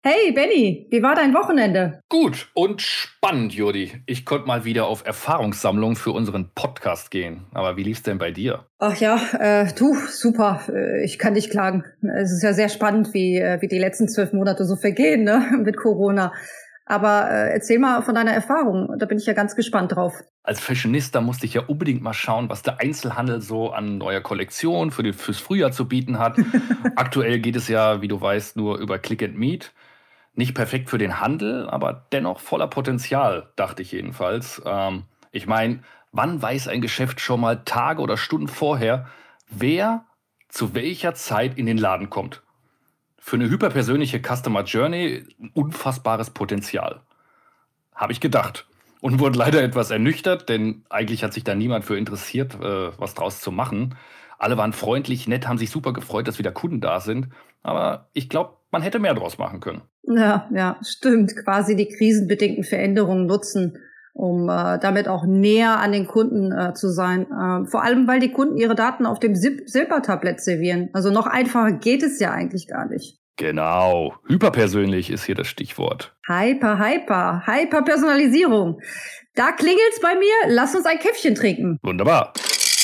Hey Benny, wie war dein Wochenende? Gut und spannend, Jodi. Ich konnte mal wieder auf Erfahrungssammlung für unseren Podcast gehen. Aber wie lief's denn bei dir? Ach ja, du, super. Ich kann nicht klagen. Es ist ja sehr spannend, wie die letzten 12 Monate so vergehen, ne, mit Corona. Aber erzähl mal von deiner Erfahrung. Da bin ich ja ganz gespannt drauf. Als Fashionista musste ich ja unbedingt mal schauen, was der Einzelhandel so an neuer Kollektion fürs Frühjahr zu bieten hat. Aktuell geht es ja, wie du weißt, nur über Click and Meet. Nicht perfekt für den Handel, aber dennoch voller Potenzial, dachte ich jedenfalls. Ich meine, wann weiß ein Geschäft schon mal Tage oder Stunden vorher, wer zu welcher Zeit in den Laden kommt? Für eine hyperpersönliche Customer Journey ein unfassbares Potenzial. Habe ich gedacht. Und wurde leider etwas ernüchtert, denn eigentlich hat sich da niemand für interessiert, was draus zu machen. Alle waren freundlich, nett, haben sich super gefreut, dass wieder Kunden da sind. Aber ich glaube, man hätte mehr draus machen können. Ja, stimmt. Quasi die krisenbedingten Veränderungen nutzen, um damit auch näher an den Kunden zu sein. Vor allem, weil die Kunden ihre Daten auf dem Silbertablett servieren. Also noch einfacher geht es ja eigentlich gar nicht. Genau, hyperpersönlich ist hier das Stichwort. Hyperpersonalisierung. Da klingelt's bei mir. Lass uns ein Käffchen trinken. Wunderbar.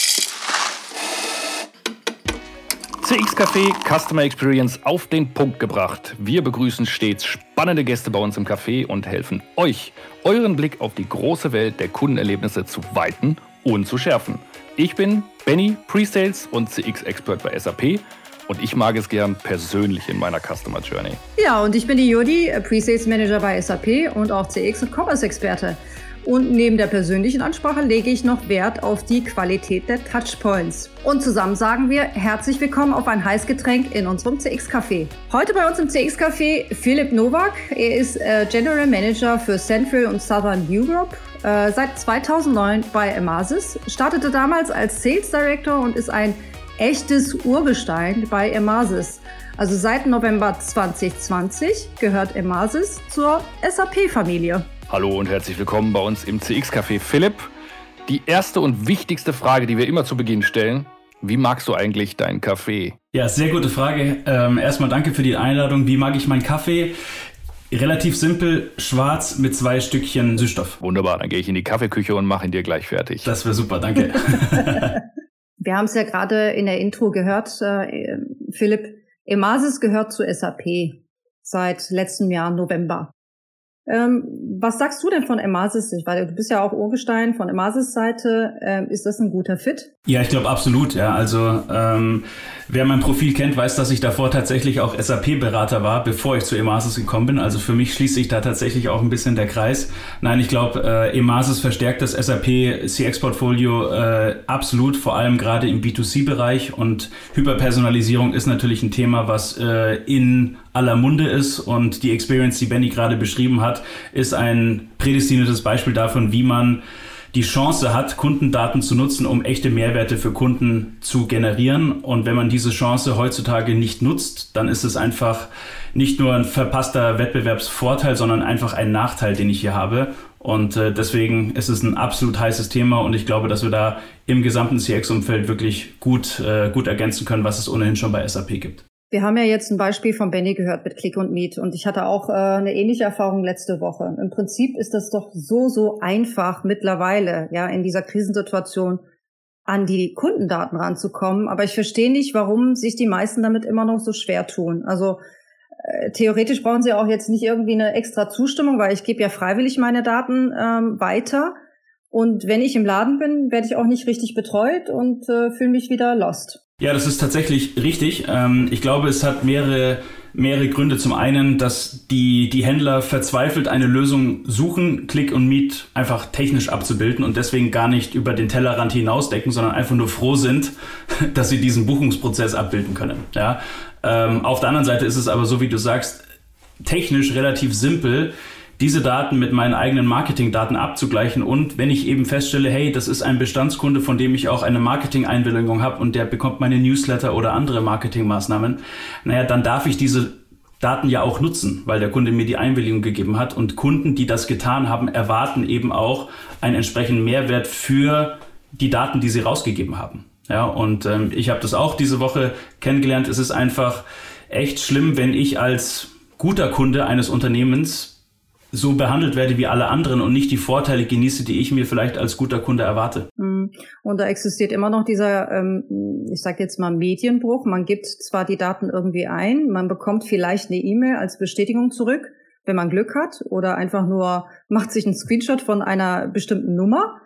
CX Café Customer Experience auf den Punkt gebracht. Wir begrüßen stets spannende Gäste bei uns im Café und helfen euch, euren Blick auf die große Welt der Kundenerlebnisse zu weiten und zu schärfen. Ich bin Benny, Pre-Sales und CX-Expert bei SAP und ich mag es gern persönlich in meiner Customer Journey. Ja, und ich bin die Jodi, Pre-Sales Manager bei SAP und auch CX- und Commerce-Experte. Und neben der persönlichen Ansprache lege ich noch Wert auf die Qualität der Touchpoints. Und zusammen sagen wir herzlich willkommen auf ein Heißgetränk in unserem CX-Café. Heute bei uns im CX-Café Philipp Nowak. Er ist General Manager für Central und Southern Europe. Seit 2009 bei Emasis, startete damals als Sales Director und ist ein echtes Urgestein bei Emasis. Also seit November 2020 gehört Emasis zur SAP-Familie. Hallo und herzlich willkommen bei uns im CX-Café. Philipp, die erste und wichtigste Frage, die wir immer zu Beginn stellen: Wie magst du eigentlich deinen Kaffee? Ja, sehr gute Frage. Erstmal danke für die Einladung. Wie mag ich meinen Kaffee? Relativ simpel, schwarz mit 2 Stückchen Süßstoff. Wunderbar, dann gehe ich in die Kaffeeküche und mache ihn dir gleich fertig. Das wäre super, danke. Wir haben es ja gerade in der Intro gehört, Philipp. Emasis gehört zu SAP seit letztem Jahr November. Was sagst du denn von Emasis? Du bist ja auch Urgestein von Emasis Seite. Ist das ein guter Fit? Ja, ich glaube absolut. Ja, also wer mein Profil kennt, weiß, dass ich davor tatsächlich auch SAP-Berater war, bevor ich zu Emasis gekommen bin. Also für mich schließt sich da tatsächlich auch ein bisschen der Kreis. Nein, ich glaube, Emasis verstärkt das SAP CX-Portfolio absolut, vor allem gerade im B2C-Bereich. Und Hyperpersonalisierung ist natürlich ein Thema, was in aller Munde ist, und die Experience, die Benny gerade beschrieben hat, ist ein prädestiniertes Beispiel davon, wie man die Chance hat, Kundendaten zu nutzen, um echte Mehrwerte für Kunden zu generieren. Und wenn man diese Chance heutzutage nicht nutzt, dann ist es einfach nicht nur ein verpasster Wettbewerbsvorteil, sondern einfach ein Nachteil, den ich hier habe. Und deswegen ist es ein absolut heißes Thema, und ich glaube, dass wir da im gesamten CX-Umfeld wirklich gut ergänzen können, was es ohnehin schon bei SAP gibt. Wir haben ja jetzt ein Beispiel von Benny gehört mit Click und Meet, und ich hatte auch eine ähnliche Erfahrung letzte Woche. Im Prinzip ist das doch so einfach mittlerweile, ja, in dieser Krisensituation an die Kundendaten ranzukommen. Aber ich verstehe nicht, warum sich die meisten damit immer noch so schwer tun. Also theoretisch brauchen sie auch jetzt nicht irgendwie eine extra Zustimmung, weil ich gebe ja freiwillig meine Daten weiter. Und wenn ich im Laden bin, werde ich auch nicht richtig betreut und fühle mich wieder lost. Ja, das ist tatsächlich richtig. Ich glaube, es hat mehrere Gründe. Zum einen, dass die Händler verzweifelt eine Lösung suchen, Click und Meet einfach technisch abzubilden und deswegen gar nicht über den Tellerrand hinausdenken, sondern einfach nur froh sind, dass sie diesen Buchungsprozess abbilden können. Ja? Auf der anderen Seite ist es aber so, wie du sagst, technisch relativ simpel, diese Daten mit meinen eigenen Marketingdaten abzugleichen. Und wenn ich eben feststelle, hey, das ist ein Bestandskunde, von dem ich auch eine Marketing-Einwilligung habe und der bekommt meine Newsletter oder andere Marketingmaßnahmen, dann darf ich diese Daten ja auch nutzen, weil der Kunde mir die Einwilligung gegeben hat. Und Kunden, die das getan haben, erwarten eben auch einen entsprechenden Mehrwert für die Daten, die sie rausgegeben haben. Ja, und ich habe das auch diese Woche kennengelernt. Es ist einfach echt schlimm, wenn ich als guter Kunde eines Unternehmens so behandelt werde wie alle anderen und nicht die Vorteile genieße, die ich mir vielleicht als guter Kunde erwarte. Und da existiert immer noch dieser, ich sage jetzt mal Medienbruch. Man gibt zwar die Daten irgendwie ein, man bekommt vielleicht eine E-Mail als Bestätigung zurück, wenn man Glück hat, oder einfach nur macht sich einen Screenshot von einer bestimmten Nummer.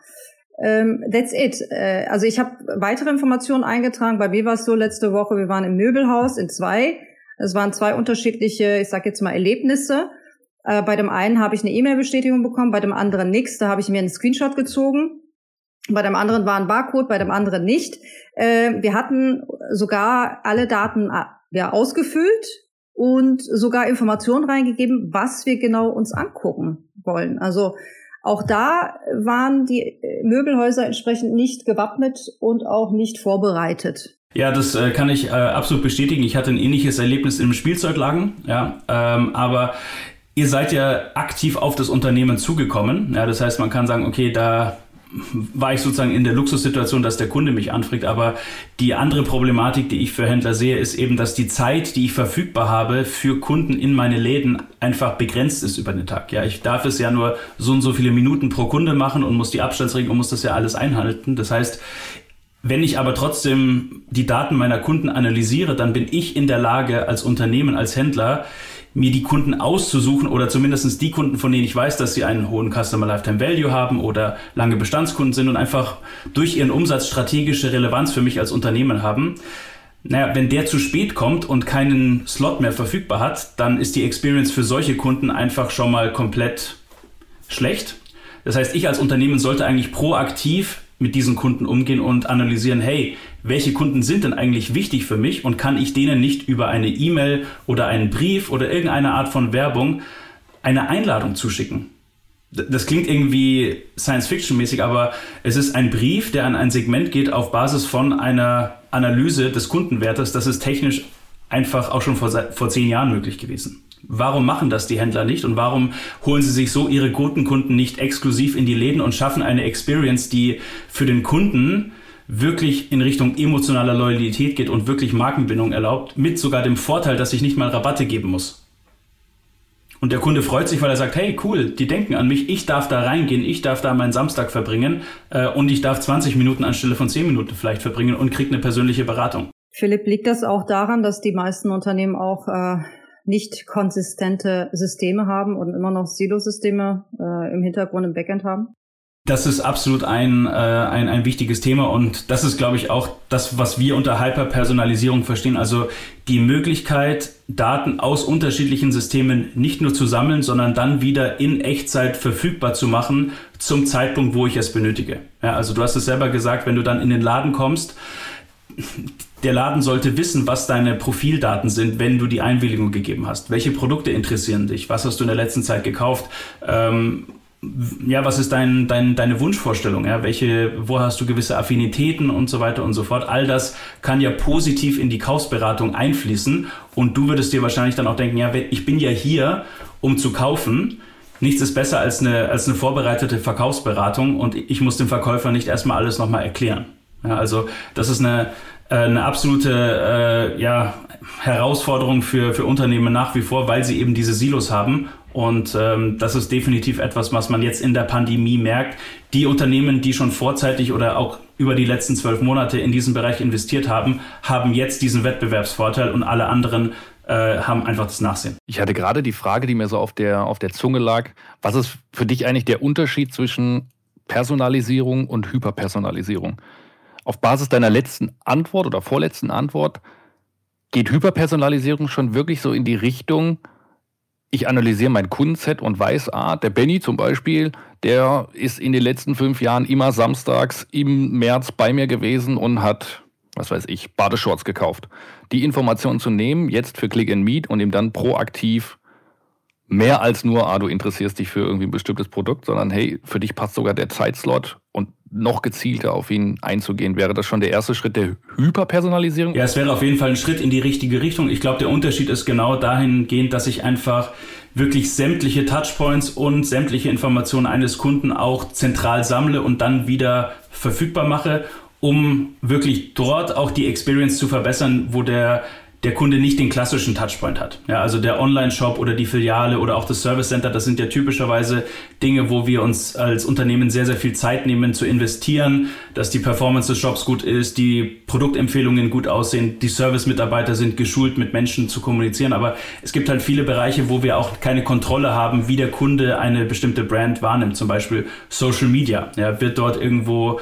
That's it. Also ich habe weitere Informationen eingetragen. Bei mir war es so letzte Woche, wir waren im Möbelhaus in 2. Es waren 2 unterschiedliche, ich sage jetzt mal Erlebnisse. Bei dem einen habe ich eine E-Mail-Bestätigung bekommen, bei dem anderen nichts. Da habe ich mir einen Screenshot gezogen. Bei dem anderen war ein Barcode, bei dem anderen nicht. Wir hatten sogar alle Daten ausgefüllt und sogar Informationen reingegeben, was wir genau uns angucken wollen. Also auch da waren die Möbelhäuser entsprechend nicht gewappnet und auch nicht vorbereitet. Ja, das kann ich absolut bestätigen. Ich hatte ein ähnliches Erlebnis im Spielzeugladen, ja, aber ihr seid ja aktiv auf das Unternehmen zugekommen. Ja, das heißt, man kann sagen, okay, da war ich sozusagen in der Luxussituation, dass der Kunde mich anfragt. Aber die andere Problematik, die ich für Händler sehe, ist eben, dass die Zeit, die ich verfügbar habe für Kunden in meine Läden, einfach begrenzt ist über den Tag. Ja, ich darf es ja nur so und so viele Minuten pro Kunde machen und muss die Abstandsregeln und muss das ja alles einhalten. Das heißt, wenn ich aber trotzdem die Daten meiner Kunden analysiere, dann bin ich in der Lage, als Unternehmen, als Händler, mir die Kunden auszusuchen oder zumindest die Kunden, von denen ich weiß, dass sie einen hohen Customer Lifetime Value haben oder lange Bestandskunden sind und einfach durch ihren Umsatz strategische Relevanz für mich als Unternehmen haben. Naja, wenn der zu spät kommt und keinen Slot mehr verfügbar hat, dann ist die Experience für solche Kunden einfach schon mal komplett schlecht. Das heißt, ich als Unternehmen sollte eigentlich proaktiv mit diesen Kunden umgehen und analysieren, hey, welche Kunden sind denn eigentlich wichtig für mich und kann ich denen nicht über eine E-Mail oder einen Brief oder irgendeine Art von Werbung eine Einladung zuschicken? Das klingt irgendwie Science-Fiction-mäßig, aber es ist ein Brief, der an ein Segment geht auf Basis von einer Analyse des Kundenwertes. Das ist technisch einfach auch schon vor 10 Jahren möglich gewesen. Warum machen das die Händler nicht und warum holen sie sich so ihre guten Kunden nicht exklusiv in die Läden und schaffen eine Experience, die für den Kunden wirklich in Richtung emotionaler Loyalität geht und wirklich Markenbindung erlaubt, mit sogar dem Vorteil, dass ich nicht mal Rabatte geben muss. Und der Kunde freut sich, weil er sagt, hey, cool, die denken an mich, ich darf da reingehen, ich darf da meinen Samstag verbringen und ich darf 20 Minuten anstelle von 10 Minuten vielleicht verbringen und kriege eine persönliche Beratung. Philipp, liegt das auch daran, dass die meisten Unternehmen auch nicht konsistente Systeme haben und immer noch Silosysteme im Hintergrund, im Backend haben? Das ist absolut ein wichtiges Thema und das ist, glaube ich, auch das, was wir unter Hyperpersonalisierung verstehen. Also die Möglichkeit, Daten aus unterschiedlichen Systemen nicht nur zu sammeln, sondern dann wieder in Echtzeit verfügbar zu machen zum Zeitpunkt, wo ich es benötige. Ja, also du hast es selber gesagt, wenn du dann in den Laden kommst, der Laden sollte wissen, was deine Profildaten sind, wenn du die Einwilligung gegeben hast. Welche Produkte interessieren dich? Was hast du in der letzten Zeit gekauft? Was ist deine Wunschvorstellung? Ja? Wo hast du gewisse Affinitäten und so weiter und so fort? All das kann ja positiv in die Kaufsberatung einfließen und du würdest dir wahrscheinlich dann auch denken, ja, ich bin ja hier, um zu kaufen. Nichts ist besser als eine vorbereitete Verkaufsberatung und ich muss dem Verkäufer nicht erstmal alles nochmal erklären. Ja, also das ist eine absolute Herausforderung für Unternehmen nach wie vor, weil sie eben diese Silos haben. Und das ist definitiv etwas, was man jetzt in der Pandemie merkt. Die Unternehmen, die schon vorzeitig oder auch über die letzten 12 Monate in diesen Bereich investiert haben, haben jetzt diesen Wettbewerbsvorteil und alle anderen haben einfach das Nachsehen. Ich hatte gerade die Frage, die mir so auf der Zunge lag. Was ist für dich eigentlich der Unterschied zwischen Personalisierung und Hyperpersonalisierung? Auf Basis deiner letzten Antwort oder vorletzten Antwort, geht Hyperpersonalisierung schon wirklich so in die Richtung, ich analysiere mein Kundenset und weiß, der Benny zum Beispiel, der ist in den letzten 5 Jahren immer samstags im März bei mir gewesen und hat, Badeshorts gekauft. Die Information zu nehmen, jetzt für Click and Meet und ihm dann proaktiv mehr als nur, du interessierst dich für irgendwie ein bestimmtes Produkt, sondern hey, für dich passt sogar der Zeitslot und noch gezielter auf ihn einzugehen. Wäre das schon der erste Schritt der Hyperpersonalisierung? Ja, es wäre auf jeden Fall ein Schritt in die richtige Richtung. Ich glaube, der Unterschied ist genau dahingehend, dass ich einfach wirklich sämtliche Touchpoints und sämtliche Informationen eines Kunden auch zentral sammle und dann wieder verfügbar mache, um wirklich dort auch die Experience zu verbessern, wo der der Kunde nicht den klassischen Touchpoint hat. Ja, also der Online-Shop oder die Filiale oder auch das Service Center, das sind ja typischerweise Dinge, wo wir uns als Unternehmen sehr, sehr viel Zeit nehmen zu investieren, dass die Performance des Shops gut ist, die Produktempfehlungen gut aussehen, die Service-Mitarbeiter sind geschult, mit Menschen zu kommunizieren. Aber es gibt halt viele Bereiche, wo wir auch keine Kontrolle haben, wie der Kunde eine bestimmte Brand wahrnimmt. Zum Beispiel Social Media. Ja, wird dort irgendwo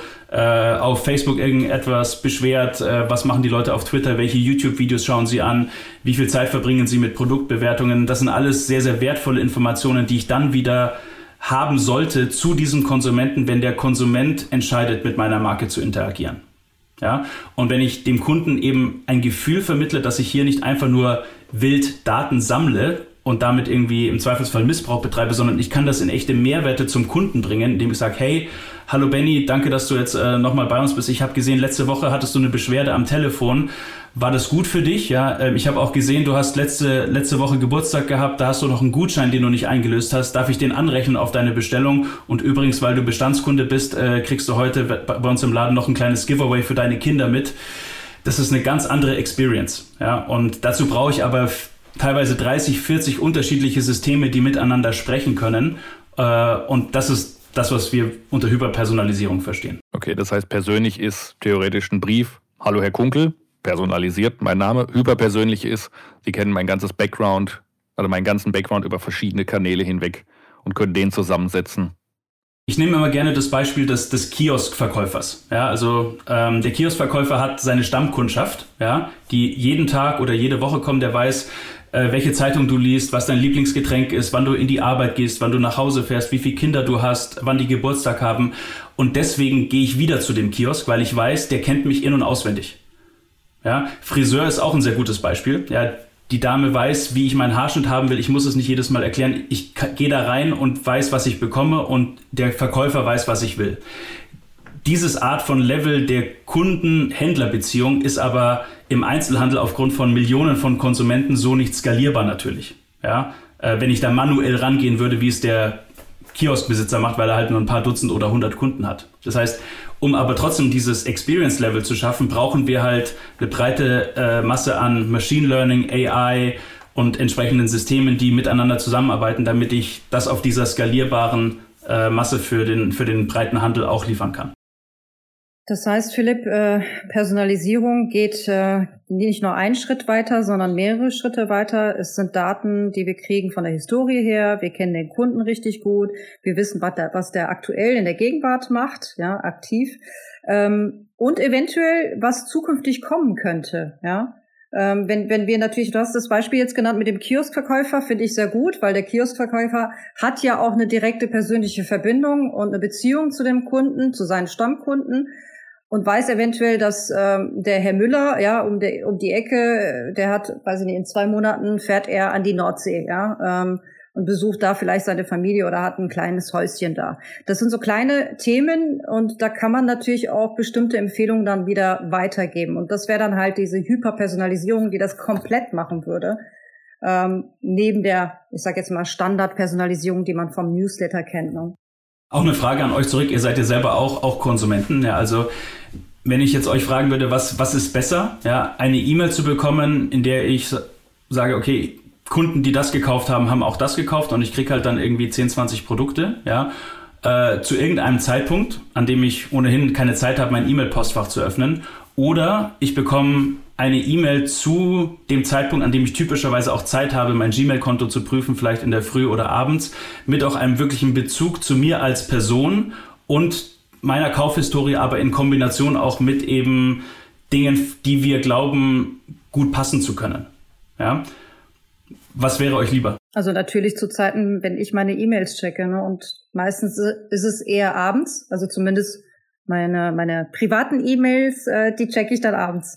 auf Facebook irgendetwas beschwert, was machen die Leute auf Twitter, welche YouTube-Videos schauen sie an, wie viel Zeit verbringen sie mit Produktbewertungen. Das sind alles sehr, sehr wertvolle Informationen, die ich dann wieder haben sollte zu diesem Konsumenten, wenn der Konsument entscheidet, mit meiner Marke zu interagieren. Ja? Und wenn ich dem Kunden eben ein Gefühl vermittle, dass ich hier nicht einfach nur wild Daten sammle und damit irgendwie im Zweifelsfall Missbrauch betreibe, sondern ich kann das in echte Mehrwerte zum Kunden bringen, indem ich sage, hey, hallo Benny, danke, dass du jetzt nochmal bei uns bist. Ich habe gesehen, letzte Woche hattest du eine Beschwerde am Telefon. War das gut für dich? Ja, ich habe auch gesehen, du hast letzte Woche Geburtstag gehabt. Da hast du noch einen Gutschein, den du nicht eingelöst hast. Darf ich den anrechnen auf deine Bestellung? Und übrigens, weil du Bestandskunde bist, kriegst du heute bei uns im Laden noch ein kleines Giveaway für deine Kinder mit. Das ist eine ganz andere Experience. Ja, und dazu brauche ich aber teilweise 30, 40 unterschiedliche Systeme, die miteinander sprechen können. Und das ist das, was wir unter Hyperpersonalisierung verstehen. Okay, das heißt, persönlich ist theoretisch ein Brief, hallo Herr Kunkel, personalisiert, mein Name, hyperpersönlich ist, Sie kennen mein ganzes Background, also meinen ganzen Background über verschiedene Kanäle hinweg und können den zusammensetzen. Ich nehme immer gerne das Beispiel des Kioskverkäufers. Ja, also der Kioskverkäufer hat seine Stammkundschaft, ja, die jeden Tag oder jede Woche kommt, der weiß, welche Zeitung du liest, was dein Lieblingsgetränk ist, wann du in die Arbeit gehst, wann du nach Hause fährst, wie viele Kinder du hast, wann die Geburtstag haben. Und deswegen gehe ich wieder zu dem Kiosk, weil ich weiß, der kennt mich in- und auswendig. Ja, Friseur ist auch ein sehr gutes Beispiel. Ja, die Dame weiß, wie ich meinen Haarschnitt haben will. Ich muss es nicht jedes Mal erklären. Ich gehe da rein und weiß, was ich bekomme, und der Verkäufer weiß, was ich will. Dieses Art von Level der Kunden-Händler-Beziehung ist aber im Einzelhandel aufgrund von Millionen von Konsumenten so nicht skalierbar natürlich. Ja? Wenn ich da manuell rangehen würde, wie es der Kioskbesitzer macht, weil er halt nur ein paar Dutzend oder 100 Kunden hat. Das heißt, um aber trotzdem dieses Experience-Level zu schaffen, brauchen wir halt eine breite Masse an Machine Learning, AI und entsprechenden Systemen, die miteinander zusammenarbeiten, damit ich das auf dieser skalierbaren Masse für den breiten Handel auch liefern kann. Das heißt, Philipp, Personalisierung geht nicht nur einen Schritt weiter, sondern mehrere Schritte weiter. Es sind Daten, die wir kriegen von der Historie her. Wir kennen den Kunden richtig gut. Wir wissen, was der aktuell in der Gegenwart macht, ja, aktiv. Und eventuell, was zukünftig kommen könnte, ja. Wenn wir natürlich, du hast das Beispiel jetzt genannt mit dem Kioskverkäufer, finde ich sehr gut, weil der Kioskverkäufer hat ja auch eine direkte persönliche Verbindung und eine Beziehung zu dem Kunden, zu seinen Stammkunden, und weiß eventuell, dass der Herr Müller, ja, um die Ecke, der hat, weiß ich nicht, in 2 Monaten fährt er an die Nordsee, ja, und besucht da vielleicht seine Familie oder hat ein kleines Häuschen da. Das sind so kleine Themen, und da kann man natürlich auch bestimmte Empfehlungen dann wieder weitergeben. Und das wäre dann halt diese Hyperpersonalisierung, die das komplett machen würde, neben der, ich sag jetzt mal, Standardpersonalisierung, die man vom Newsletter kennt. Ne? Auch eine Frage an euch zurück. Ihr seid ja selber auch Konsumenten. Ja, also wenn ich jetzt euch fragen würde, was ist besser? Ja, eine E-Mail zu bekommen, in der ich sage, okay, Kunden, die das gekauft haben, haben auch das gekauft, und ich kriege halt dann irgendwie 10, 20 Produkte, ja, zu irgendeinem Zeitpunkt, an dem ich ohnehin keine Zeit habe, mein E-Mail-Postfach zu öffnen. Oder ich bekomme eine E-Mail zu dem Zeitpunkt, an dem ich typischerweise auch Zeit habe, mein Gmail-Konto zu prüfen, vielleicht in der Früh oder abends, mit auch einem wirklichen Bezug zu mir als Person und meiner Kaufhistorie, aber in Kombination auch mit eben Dingen, die wir glauben, gut passen zu können. Ja? Was wäre euch lieber? Also natürlich zu Zeiten, wenn ich meine E-Mails checke, ne, und meistens ist es eher abends, also zumindest meine privaten E-Mails, die checke ich dann abends.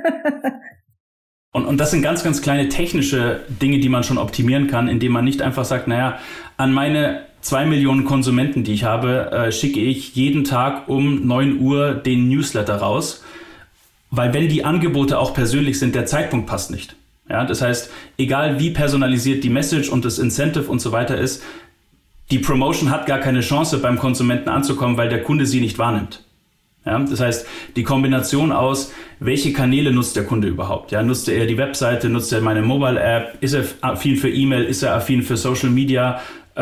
Und das sind ganz, ganz kleine technische Dinge, die man schon optimieren kann, indem man nicht einfach sagt, naja, an meine 2 Millionen Konsumenten, die ich habe, schicke ich jeden Tag um 9 Uhr den Newsletter raus, weil wenn die Angebote auch persönlich sind, der Zeitpunkt passt nicht. Ja, das heißt, egal wie personalisiert die Message und das Incentive und so weiter ist, die Promotion hat gar keine Chance beim Konsumenten anzukommen, weil der Kunde sie nicht wahrnimmt. Ja, das heißt, die Kombination aus, welche Kanäle nutzt der Kunde überhaupt? Ja, nutzt er die Webseite, nutzt er meine Mobile-App, ist er affin für E-Mail, ist er affin für Social Media,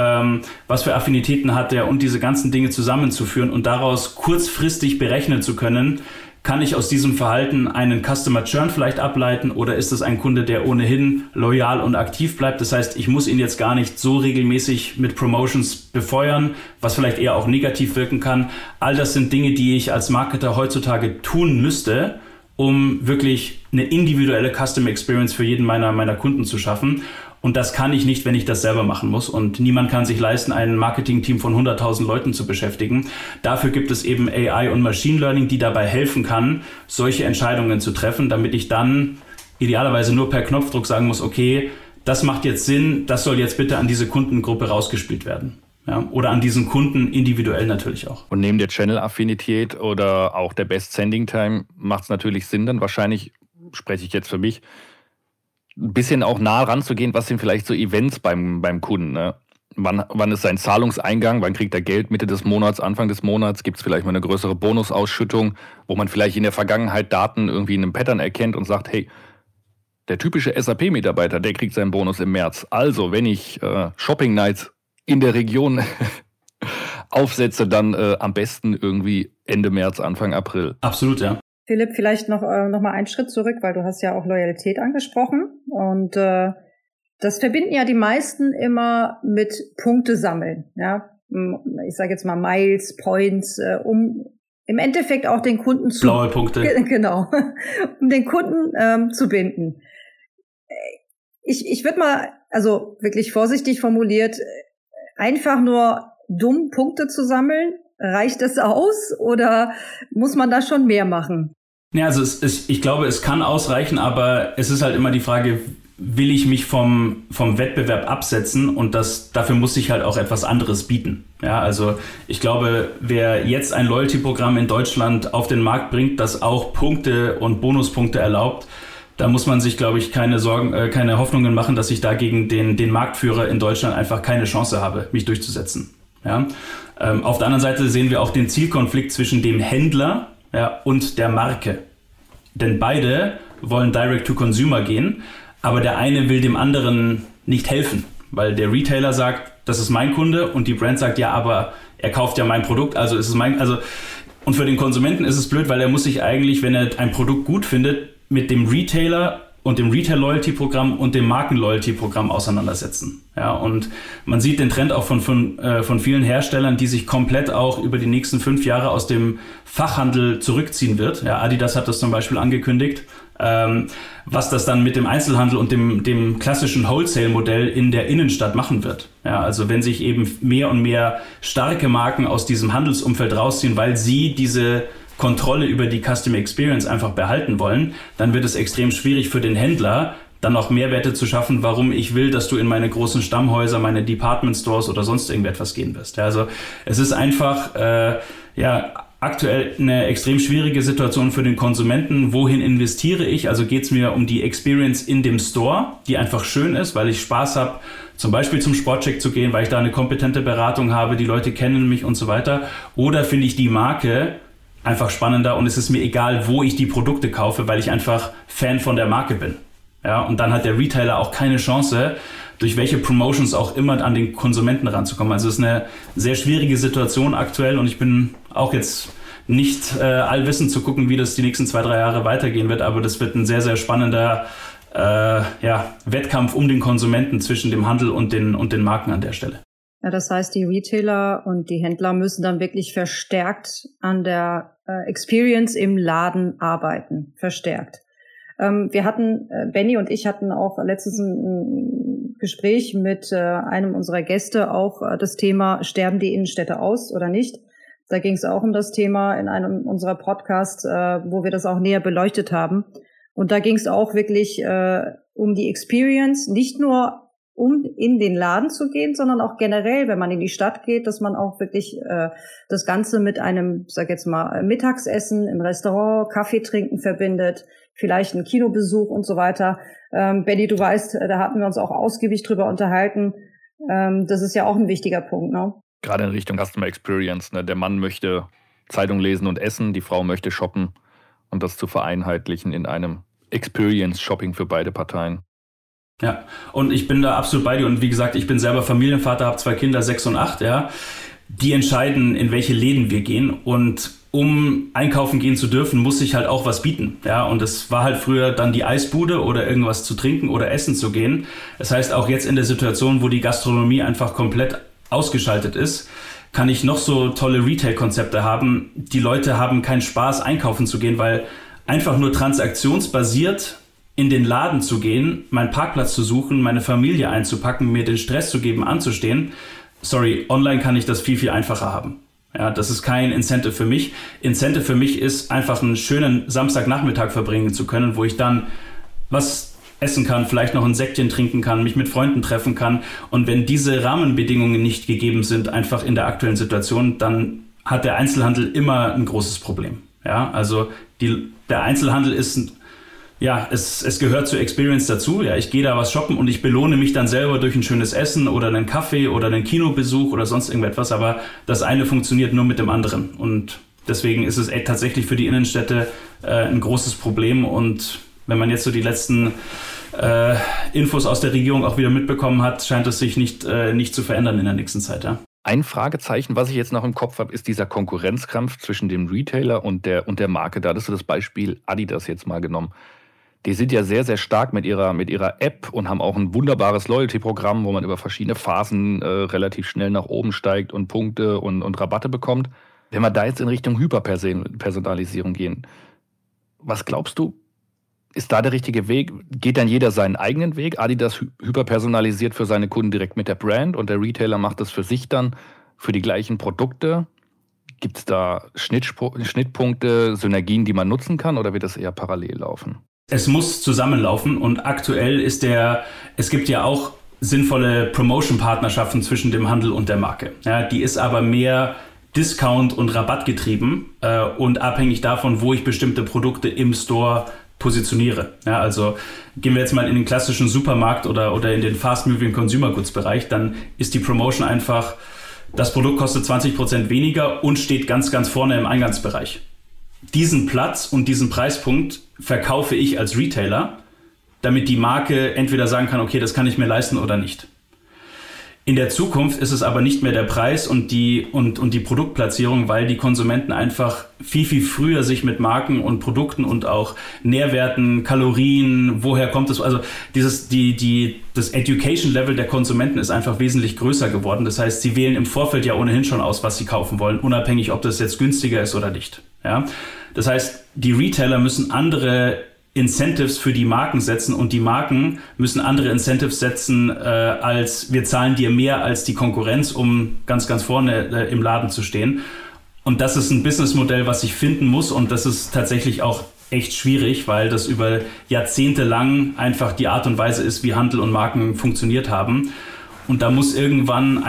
was für Affinitäten hat er und diese ganzen Dinge zusammenzuführen und daraus kurzfristig berechnen zu können, kann ich aus diesem Verhalten einen Customer Churn vielleicht ableiten oder ist es ein Kunde, der ohnehin loyal und aktiv bleibt? Das heißt, ich muss ihn jetzt gar nicht so regelmäßig mit Promotions befeuern, was vielleicht eher auch negativ wirken kann. All das sind Dinge, die ich als Marketer heutzutage tun müsste, um wirklich eine individuelle Customer Experience für jeden meiner Kunden zu schaffen. Und das kann ich nicht, wenn ich das selber machen muss. Und niemand kann sich leisten, ein Marketing-Team von 100.000 Leuten zu beschäftigen. Dafür gibt es eben AI und Machine Learning, die dabei helfen kann, solche Entscheidungen zu treffen, damit ich dann idealerweise nur per Knopfdruck sagen muss, okay, das macht jetzt Sinn, das soll jetzt bitte an diese Kundengruppe rausgespielt werden. Ja, oder an diesen Kunden individuell natürlich auch. Und neben der Channel-Affinität oder auch der Best Sending Time macht es natürlich Sinn, dann wahrscheinlich, spreche ich jetzt für mich, ein bisschen auch nah ranzugehen, was sind vielleicht so Events beim Kunden, ne? Wann ist sein Zahlungseingang, wann kriegt er Geld, Mitte des Monats, Anfang des Monats, gibt es vielleicht mal eine größere Bonusausschüttung, wo man vielleicht in der Vergangenheit Daten irgendwie in einem Pattern erkennt und sagt, hey, der typische SAP-Mitarbeiter, der kriegt seinen Bonus im März. Also, wenn ich Shopping Nights in der Region aufsetze, dann am besten irgendwie Ende März, Anfang April. Absolut, ja. Philipp, vielleicht noch mal einen Schritt zurück, weil du hast ja auch Loyalität angesprochen und das verbinden ja die meisten immer mit Punkte sammeln, ja. Ich sage jetzt mal Miles, Points, um im Endeffekt auch den Kunden zu... Blaue Punkte. Genau, um den Kunden zu binden. Ich würde mal, also wirklich vorsichtig formuliert, einfach nur dumm Punkte zu sammeln, reicht das aus oder muss man da schon mehr machen? Ja, also ich glaube, es kann ausreichen, aber es ist halt immer die Frage, will ich mich vom Wettbewerb absetzen und dafür muss ich halt auch etwas anderes bieten. Ja, also ich glaube, wer jetzt ein Loyalty-Programm in Deutschland auf den Markt bringt, das auch Punkte und Bonuspunkte erlaubt, da muss man sich, glaube ich, keine Hoffnungen machen, dass ich da gegen den Marktführer in Deutschland einfach keine Chance habe, mich durchzusetzen. Ja? Auf der anderen Seite sehen wir auch den Zielkonflikt zwischen dem Händler, ja, und der Marke. Denn beide wollen Direct-to-Consumer gehen, aber der eine will dem anderen nicht helfen, weil der Retailer sagt, das ist mein Kunde und die Brand sagt, ja, aber er kauft ja mein Produkt, also ist es und für den Konsumenten ist es blöd, weil er muss sich eigentlich, wenn er ein Produkt gut findet, mit dem Retailer und dem Retail-Loyalty-Programm und dem Marken-Loyalty-Programm auseinandersetzen. Ja, und man sieht den Trend auch von vielen Herstellern, die sich komplett auch über die nächsten 5 Jahre aus dem Fachhandel zurückziehen wird. Ja, Adidas hat das zum Beispiel angekündigt. Was das dann mit dem Einzelhandel und dem klassischen Wholesale-Modell in der Innenstadt machen wird. Ja, also wenn sich eben mehr und mehr starke Marken aus diesem Handelsumfeld rausziehen, weil sie diese Kontrolle über die Customer Experience einfach behalten wollen, dann wird es extrem schwierig für den Händler, dann auch Mehrwerte zu schaffen, warum ich will, dass du in meine großen Stammhäuser, meine Department Stores oder sonst irgendetwas gehen wirst. Ja, also es ist einfach aktuell eine extrem schwierige Situation für den Konsumenten. Wohin investiere ich? Also geht es mir um die Experience in dem Store, die einfach schön ist, weil ich Spaß habe, zum Beispiel zum Sportcheck zu gehen, weil ich da eine kompetente Beratung habe, die Leute kennen mich und so weiter. Oder finde ich die Marke einfach spannender und es ist mir egal, wo ich die Produkte kaufe, weil ich einfach Fan von der Marke bin. Ja, und dann hat der Retailer auch keine Chance, durch welche Promotions auch immer an den Konsumenten ranzukommen. Also es ist eine sehr schwierige Situation aktuell und ich bin auch jetzt nicht allwissend zu gucken, wie das die nächsten 2-3 Jahre weitergehen wird, aber das wird ein sehr, sehr spannender Wettkampf um den Konsumenten zwischen dem Handel und den Marken an der Stelle. Ja, das heißt, die Retailer und die Händler müssen dann wirklich verstärkt an der Experience im Laden arbeiten. Verstärkt. Wir hatten, Benny und ich hatten auch letztens ein Gespräch mit einem unserer Gäste, auch das Thema, sterben die Innenstädte aus oder nicht? Da ging es auch um das Thema in einem unserer Podcasts, wo wir das auch näher beleuchtet haben. Und da ging es auch wirklich um die Experience, nicht nur um in den Laden zu gehen, sondern auch generell, wenn man in die Stadt geht, dass man auch wirklich das Ganze mit einem, sag jetzt mal, Mittagsessen im Restaurant, Kaffee trinken verbindet, vielleicht einen Kinobesuch und so weiter. Benny, du weißt, da hatten wir uns auch ausgiebig drüber unterhalten. Das ist ja auch ein wichtiger Punkt, ne? Gerade in Richtung Customer Experience, ne? Der Mann möchte Zeitung lesen und essen, die Frau möchte shoppen und das zu vereinheitlichen in einem Experience-Shopping für beide Parteien. Ja, und ich bin da absolut bei dir. Und wie gesagt, ich bin selber Familienvater, habe 2 Kinder, 6 und 8, ja. Die entscheiden, in welche Läden wir gehen. Und um einkaufen gehen zu dürfen, muss ich halt auch was bieten. Ja, und es war halt früher dann die Eisbude oder irgendwas zu trinken oder essen zu gehen. Das heißt, auch jetzt in der Situation, wo die Gastronomie einfach komplett ausgeschaltet ist, kann ich noch so tolle Retail-Konzepte haben. Die Leute haben keinen Spaß, einkaufen zu gehen, weil einfach nur transaktionsbasiert in den Laden zu gehen, meinen Parkplatz zu suchen, meine Familie einzupacken, mir den Stress zu geben, anzustehen. Sorry, online kann ich das viel, viel einfacher haben. Ja, das ist kein Incentive für mich. Incentive für mich ist einfach einen schönen Samstagnachmittag verbringen zu können, wo ich dann was essen kann, vielleicht noch ein Säckchen trinken kann, mich mit Freunden treffen kann. Und wenn diese Rahmenbedingungen nicht gegeben sind, einfach in der aktuellen Situation, dann hat der Einzelhandel immer ein großes Problem. Ja, also der Einzelhandel ist, ja, es gehört zur Experience dazu. Ja, ich gehe da was shoppen und ich belohne mich dann selber durch ein schönes Essen oder einen Kaffee oder einen Kinobesuch oder sonst irgendetwas. Aber das eine funktioniert nur mit dem anderen. Und deswegen ist es tatsächlich für die Innenstädte ein großes Problem. Und wenn man jetzt so die letzten Infos aus der Regierung auch wieder mitbekommen hat, scheint es sich nicht zu verändern in der nächsten Zeit. Ja. Ein Fragezeichen, was ich jetzt noch im Kopf habe, ist dieser Konkurrenzkampf zwischen dem Retailer und der Marke. Da hattest du das Beispiel Adidas jetzt mal genommen. Die sind ja sehr, sehr stark mit ihrer App und haben auch ein wunderbares Loyalty-Programm, wo man über verschiedene Phasen relativ schnell nach oben steigt und Punkte und Rabatte bekommt. Wenn wir da jetzt in Richtung Hyperpersonalisierung gehen, was glaubst du, ist da der richtige Weg? Geht dann jeder seinen eigenen Weg? Adidas hyperpersonalisiert für seine Kunden direkt mit der Brand und der Retailer macht das für sich dann für die gleichen Produkte? Gibt es da Schnittpunkte, Synergien, die man nutzen kann, oder wird das eher parallel laufen? Es muss zusammenlaufen und aktuell es gibt ja auch sinnvolle Promotion-Partnerschaften zwischen dem Handel und der Marke. Ja, die ist aber mehr Discount- und Rabattgetrieben und abhängig davon, wo ich bestimmte Produkte im Store positioniere. Ja, also gehen wir jetzt mal in den klassischen Supermarkt oder in den Fast-Moving Consumer Goods Bereich, dann ist die Promotion einfach, das Produkt kostet 20% weniger und steht ganz, ganz vorne im Eingangsbereich. Diesen Platz und diesen Preispunkt verkaufe ich als Retailer, damit die Marke entweder sagen kann, okay, das kann ich mir leisten oder nicht. In der Zukunft ist es aber nicht mehr der Preis und die Produktplatzierung, weil die Konsumenten einfach viel, viel früher sich mit Marken und Produkten und auch Nährwerten, Kalorien, woher kommt es, also das Education-Level der Konsumenten ist einfach wesentlich größer geworden. Das heißt, sie wählen im Vorfeld ja ohnehin schon aus, was sie kaufen wollen, unabhängig, ob das jetzt günstiger ist oder nicht. Ja? Das heißt, die Retailer müssen andere Incentives für die Marken setzen und die Marken müssen andere Incentives setzen, als wir zahlen dir mehr als die Konkurrenz, um ganz, ganz vorne im Laden zu stehen. Und das ist ein Businessmodell, was ich finden muss, und das ist tatsächlich auch echt schwierig, weil das über Jahrzehnte lang einfach die Art und Weise ist, wie Handel und Marken funktioniert haben. Und da muss irgendwann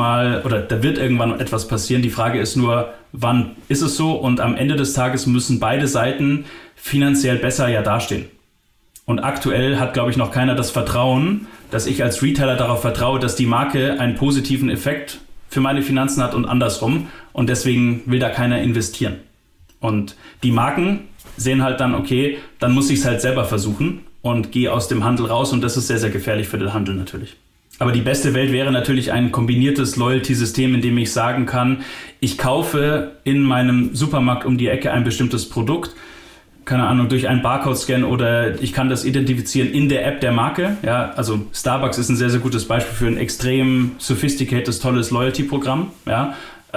da wird irgendwann etwas passieren. Die Frage ist nur, wann ist es so? Und am Ende des Tages müssen beide Seiten finanziell besser ja dastehen. Und aktuell hat, glaube ich, noch keiner das Vertrauen, dass ich als Retailer darauf vertraue, dass die Marke einen positiven Effekt für meine Finanzen hat und andersrum. Und deswegen will da keiner investieren. Und die Marken sehen halt dann, okay, dann muss ich es halt selber versuchen und gehe aus dem Handel raus. Und das ist sehr, sehr gefährlich für den Handel natürlich. Aber die beste Welt wäre natürlich ein kombiniertes Loyalty-System, in dem ich sagen kann, ich kaufe in meinem Supermarkt um die Ecke ein bestimmtes Produkt, keine Ahnung, durch einen Barcode-Scan, oder ich kann das identifizieren in der App der Marke. Ja, also Starbucks ist ein sehr, sehr gutes Beispiel für ein extrem sophisticated, tolles Loyalty-Programm. Ja,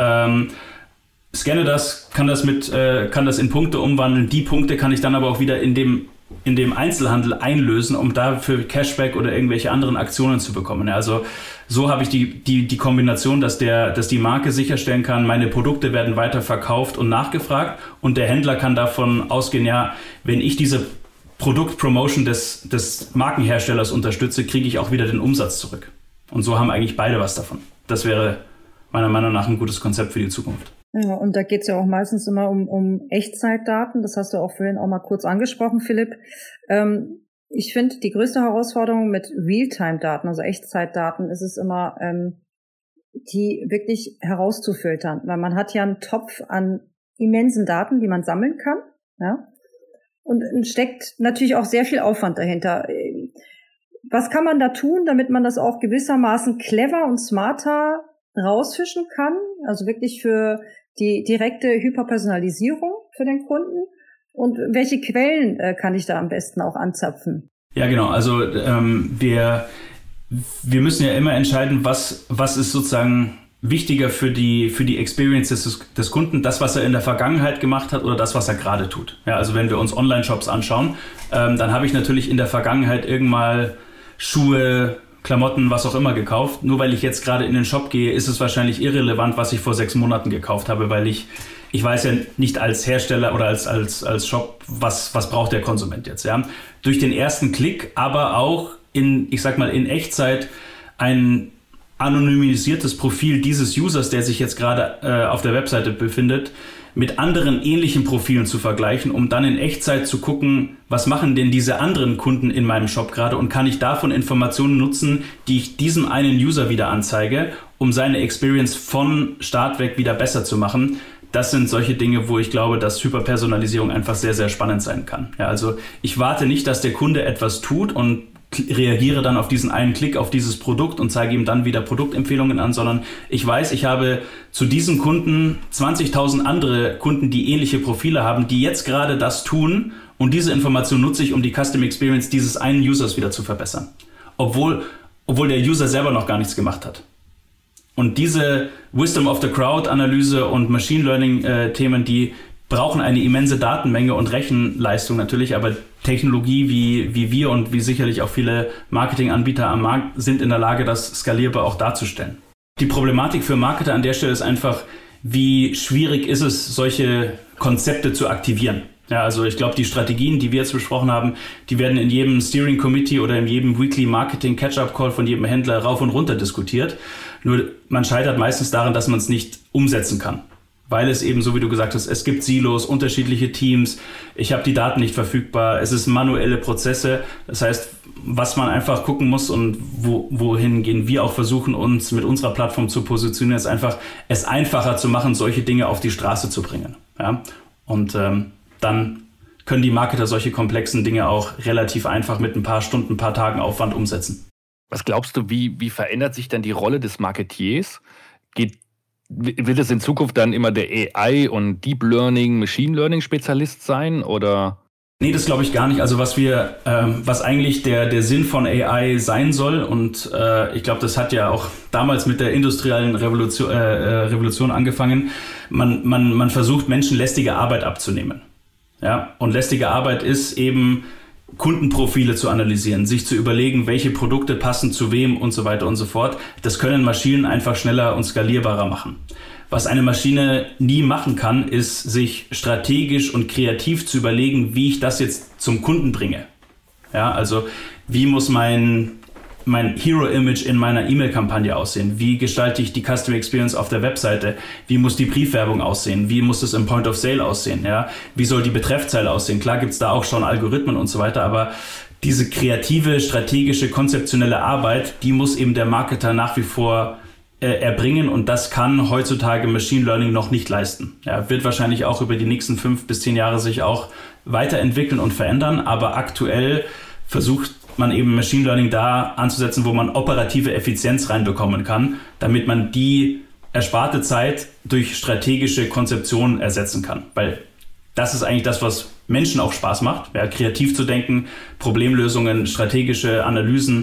scanne das, kann das in Punkte umwandeln. Die Punkte kann ich dann aber auch wieder in dem Einzelhandel einlösen, um dafür Cashback oder irgendwelche anderen Aktionen zu bekommen. Ja, also so habe ich die Kombination, dass die Marke sicherstellen kann, meine Produkte werden weiter verkauft und nachgefragt, und der Händler kann davon ausgehen, ja, wenn ich diese Produktpromotion des Markenherstellers unterstütze, kriege ich auch wieder den Umsatz zurück. Und so haben eigentlich beide was davon. Das wäre meiner Meinung nach ein gutes Konzept für die Zukunft. Ja, und da geht's ja auch meistens immer um Echtzeitdaten. Das hast du auch vorhin auch mal kurz angesprochen, Philipp. Ich finde, die größte Herausforderung mit Realtime-Daten, also Echtzeitdaten, ist es immer, die wirklich herauszufiltern. Weil man hat ja einen Topf an immensen Daten, die man sammeln kann. Ja? Und steckt natürlich auch sehr viel Aufwand dahinter. Was kann man da tun, damit man das auch gewissermaßen clever und smarter rausfischen kann? Also wirklich für die direkte Hyperpersonalisierung für den Kunden? Und welche Quellen kann ich da am besten auch anzapfen? Ja, genau. Also wir müssen ja immer entscheiden, was ist sozusagen wichtiger für die Experience des Kunden, das, was er in der Vergangenheit gemacht hat oder das, was er gerade tut. Ja, also wenn wir uns Online-Shops anschauen, dann habe ich natürlich in der Vergangenheit irgendwann Schuhe, Klamotten, was auch immer gekauft. Nur weil ich jetzt gerade in den Shop gehe, ist es wahrscheinlich irrelevant, was ich vor 6 Monaten gekauft habe, weil ich weiß ja nicht als Hersteller oder als Shop, was braucht der Konsument jetzt. Ja? Durch den ersten Klick, aber auch in Echtzeit ein anonymisiertes Profil dieses Users, der sich jetzt gerade auf der Webseite befindet, mit anderen ähnlichen Profilen zu vergleichen, um dann in Echtzeit zu gucken, was machen denn diese anderen Kunden in meinem Shop gerade und kann ich davon Informationen nutzen, die ich diesem einen User wieder anzeige, um seine Experience von Start weg wieder besser zu machen. Das sind solche Dinge, wo ich glaube, dass Hyperpersonalisierung einfach sehr, sehr spannend sein kann. Ja, also ich warte nicht, dass der Kunde etwas tut und reagiere dann auf diesen einen Klick auf dieses Produkt und zeige ihm dann wieder Produktempfehlungen an, sondern ich weiß, ich habe zu diesem Kunden 20.000 andere Kunden, die ähnliche Profile haben, die jetzt gerade das tun und diese Information nutze ich, um die Custom Experience dieses einen Users wieder zu verbessern. Obwohl der User selber noch gar nichts gemacht hat. Und diese Wisdom of the Crowd Analyse und Machine Learning Themen, die brauchen eine immense Datenmenge und Rechenleistung natürlich, aber Technologie wie wir und wie sicherlich auch viele Marketinganbieter am Markt sind in der Lage, das skalierbar auch darzustellen. Die Problematik für Marketer an der Stelle ist einfach, wie schwierig ist es, solche Konzepte zu aktivieren. Ja, also ich glaube, die Strategien, die wir jetzt besprochen haben, die werden in jedem Steering Committee oder in jedem Weekly Marketing Catch-up Call von jedem Händler rauf und runter diskutiert. Nur man scheitert meistens daran, dass man es nicht umsetzen kann. Weil es eben, so wie du gesagt hast, es gibt Silos, unterschiedliche Teams, ich habe die Daten nicht verfügbar, es ist manuelle Prozesse. Das heißt, was man einfach gucken muss und wohin gehen wir auch versuchen, uns mit unserer Plattform zu positionieren, ist einfach, es einfacher zu machen, solche Dinge auf die Straße zu bringen. Ja? Und dann können die Marketer solche komplexen Dinge auch relativ einfach mit ein paar Stunden, ein paar Tagen Aufwand umsetzen. Was glaubst du, wie verändert sich denn die Rolle des Marketiers? Wird es in Zukunft dann immer der AI- und Deep Learning, Machine Learning Spezialist sein, oder? Nee, das glaube ich gar nicht. Also was eigentlich der Sinn von AI sein soll, und ich glaube, das hat ja auch damals mit der industriellen Revolution angefangen. Man versucht, Menschen lästige Arbeit abzunehmen. Ja, und lästige Arbeit ist eben, Kundenprofile zu analysieren, sich zu überlegen, welche Produkte passen zu wem und so weiter und so fort. Das können Maschinen einfach schneller und skalierbarer machen. Was eine Maschine nie machen kann, ist, sich strategisch und kreativ zu überlegen, wie ich das jetzt zum Kunden bringe. Ja, also wie muss mein Hero-Image in meiner E-Mail-Kampagne aussehen? Wie gestalte ich die Customer Experience auf der Webseite? Wie muss die Briefwerbung aussehen? Wie muss es im Point of Sale aussehen? Ja? Wie soll die Betreffzeile aussehen? Klar gibt es da auch schon Algorithmen und so weiter, aber diese kreative, strategische, konzeptionelle Arbeit, die muss eben der Marketer nach wie vor erbringen, und das kann heutzutage Machine Learning noch nicht leisten. Ja, wird wahrscheinlich auch über die nächsten 5 bis 10 Jahre sich auch weiterentwickeln und verändern, aber aktuell versucht man eben Machine Learning da anzusetzen, wo man operative Effizienz reinbekommen kann, damit man die ersparte Zeit durch strategische Konzeption ersetzen kann. Weil das ist eigentlich das, was Menschen auch Spaß macht, ja, kreativ zu denken, Problemlösungen, strategische Analysen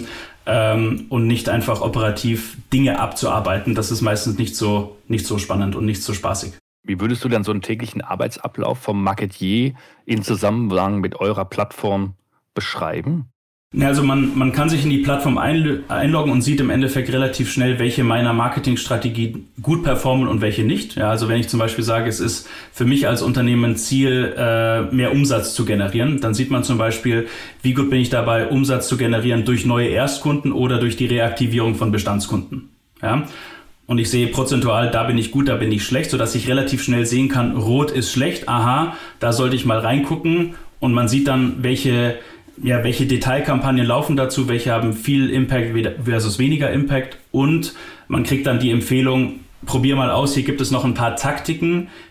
und nicht einfach operativ Dinge abzuarbeiten. Das ist meistens nicht so spannend und nicht so spaßig. Wie würdest du dann so einen täglichen Arbeitsablauf vom Marketier in Zusammenhang mit eurer Plattform beschreiben? Also man kann sich in die Plattform einloggen und sieht im Endeffekt relativ schnell, welche meiner Marketingstrategien gut performen und welche nicht. Ja, also wenn ich zum Beispiel sage, es ist für mich als Unternehmen Ziel, mehr Umsatz zu generieren, dann sieht man zum Beispiel, wie gut bin ich dabei, Umsatz zu generieren durch neue Erstkunden oder durch die Reaktivierung von Bestandskunden. Ja? Und ich sehe prozentual, da bin ich gut, da bin ich schlecht, sodass ich relativ schnell sehen kann, rot ist schlecht, aha, da sollte ich mal reingucken, und man sieht dann, welche Detailkampagnen laufen dazu, welche haben viel Impact versus weniger Impact, und man kriegt dann die Empfehlung, probier mal aus, hier gibt es noch ein paar Taktiken,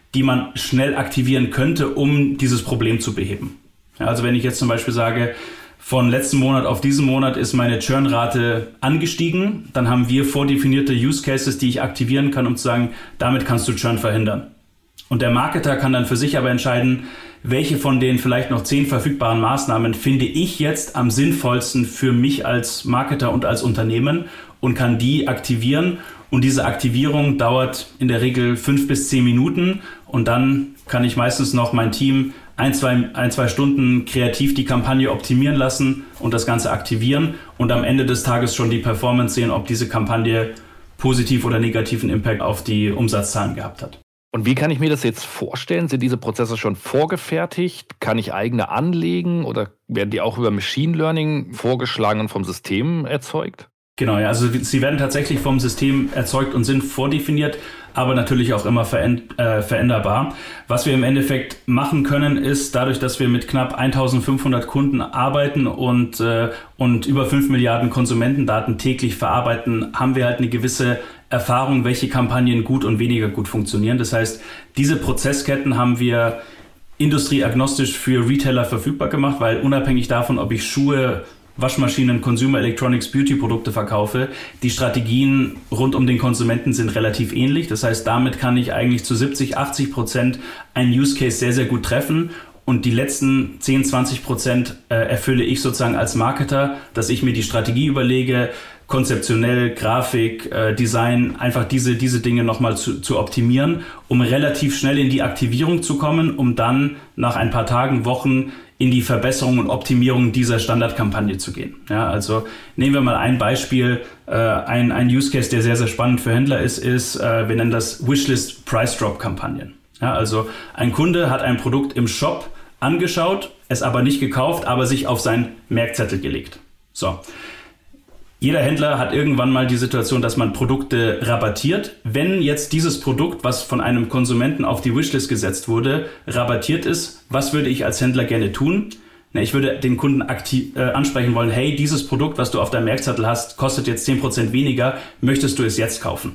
die man schnell aktivieren könnte, um dieses Problem zu beheben. Ja, also wenn ich jetzt zum Beispiel sage, von letzten Monat auf diesen Monat ist meine Churn-Rate angestiegen, dann haben wir vordefinierte Use Cases, die ich aktivieren kann, um zu sagen, damit kannst du Churn verhindern. Und der Marketer kann dann für sich aber entscheiden, welche von den vielleicht noch 10 verfügbaren Maßnahmen finde ich jetzt am sinnvollsten für mich als Marketer und als Unternehmen und kann die aktivieren. Und diese Aktivierung dauert in der Regel 5 bis 10 Minuten und dann kann ich meistens noch mein Team ein, zwei Stunden kreativ die Kampagne optimieren lassen und das Ganze aktivieren und am Ende des Tages schon die Performance sehen, ob diese Kampagne positiv oder negativen Impact auf die Umsatzzahlen gehabt hat. Und wie kann ich mir das jetzt vorstellen? Sind diese Prozesse schon vorgefertigt? Kann ich eigene anlegen oder werden die auch über Machine Learning vorgeschlagen und vom System erzeugt? Genau, ja, also sie werden tatsächlich vom System erzeugt und sind vordefiniert, aber natürlich auch immer veränderbar. Was wir im Endeffekt machen können, ist dadurch, dass wir mit knapp 1500 Kunden arbeiten und über 5 Milliarden Konsumentendaten täglich verarbeiten, haben wir halt eine gewisse Erfahrung, welche Kampagnen gut und weniger gut funktionieren. Das heißt, diese Prozessketten haben wir industrieagnostisch für Retailer verfügbar gemacht, weil unabhängig davon, ob ich Schuhe, Waschmaschinen, Consumer Electronics, Beauty-Produkte verkaufe, die Strategien rund um den Konsumenten sind relativ ähnlich. Das heißt, damit kann ich eigentlich zu 70-80% einen Use Case sehr, sehr gut treffen. Und die letzten 10-20% erfülle ich sozusagen als Marketer, dass ich mir die Strategie überlege, konzeptionell, Grafik, Design, einfach diese Dinge nochmal zu optimieren, um relativ schnell in die Aktivierung zu kommen, um dann nach ein paar Tagen, Wochen in die Verbesserung und Optimierung dieser Standardkampagne zu gehen. Ja, also nehmen wir mal ein Beispiel, ein Use Case, der sehr, sehr spannend für Händler ist, wir nennen das Wishlist Price Drop Kampagnen. Ja, also ein Kunde hat ein Produkt im Shop angeschaut, es aber nicht gekauft, aber sich auf seinen Merkzettel gelegt. So. Jeder Händler hat irgendwann mal die Situation, dass man Produkte rabattiert. Wenn jetzt dieses Produkt, was von einem Konsumenten auf die Wishlist gesetzt wurde, rabattiert ist, was würde ich als Händler gerne tun? Ich würde den Kunden aktiv ansprechen wollen, hey, dieses Produkt, was du auf deinem Merkzettel hast, kostet jetzt 10% weniger, möchtest du es jetzt kaufen?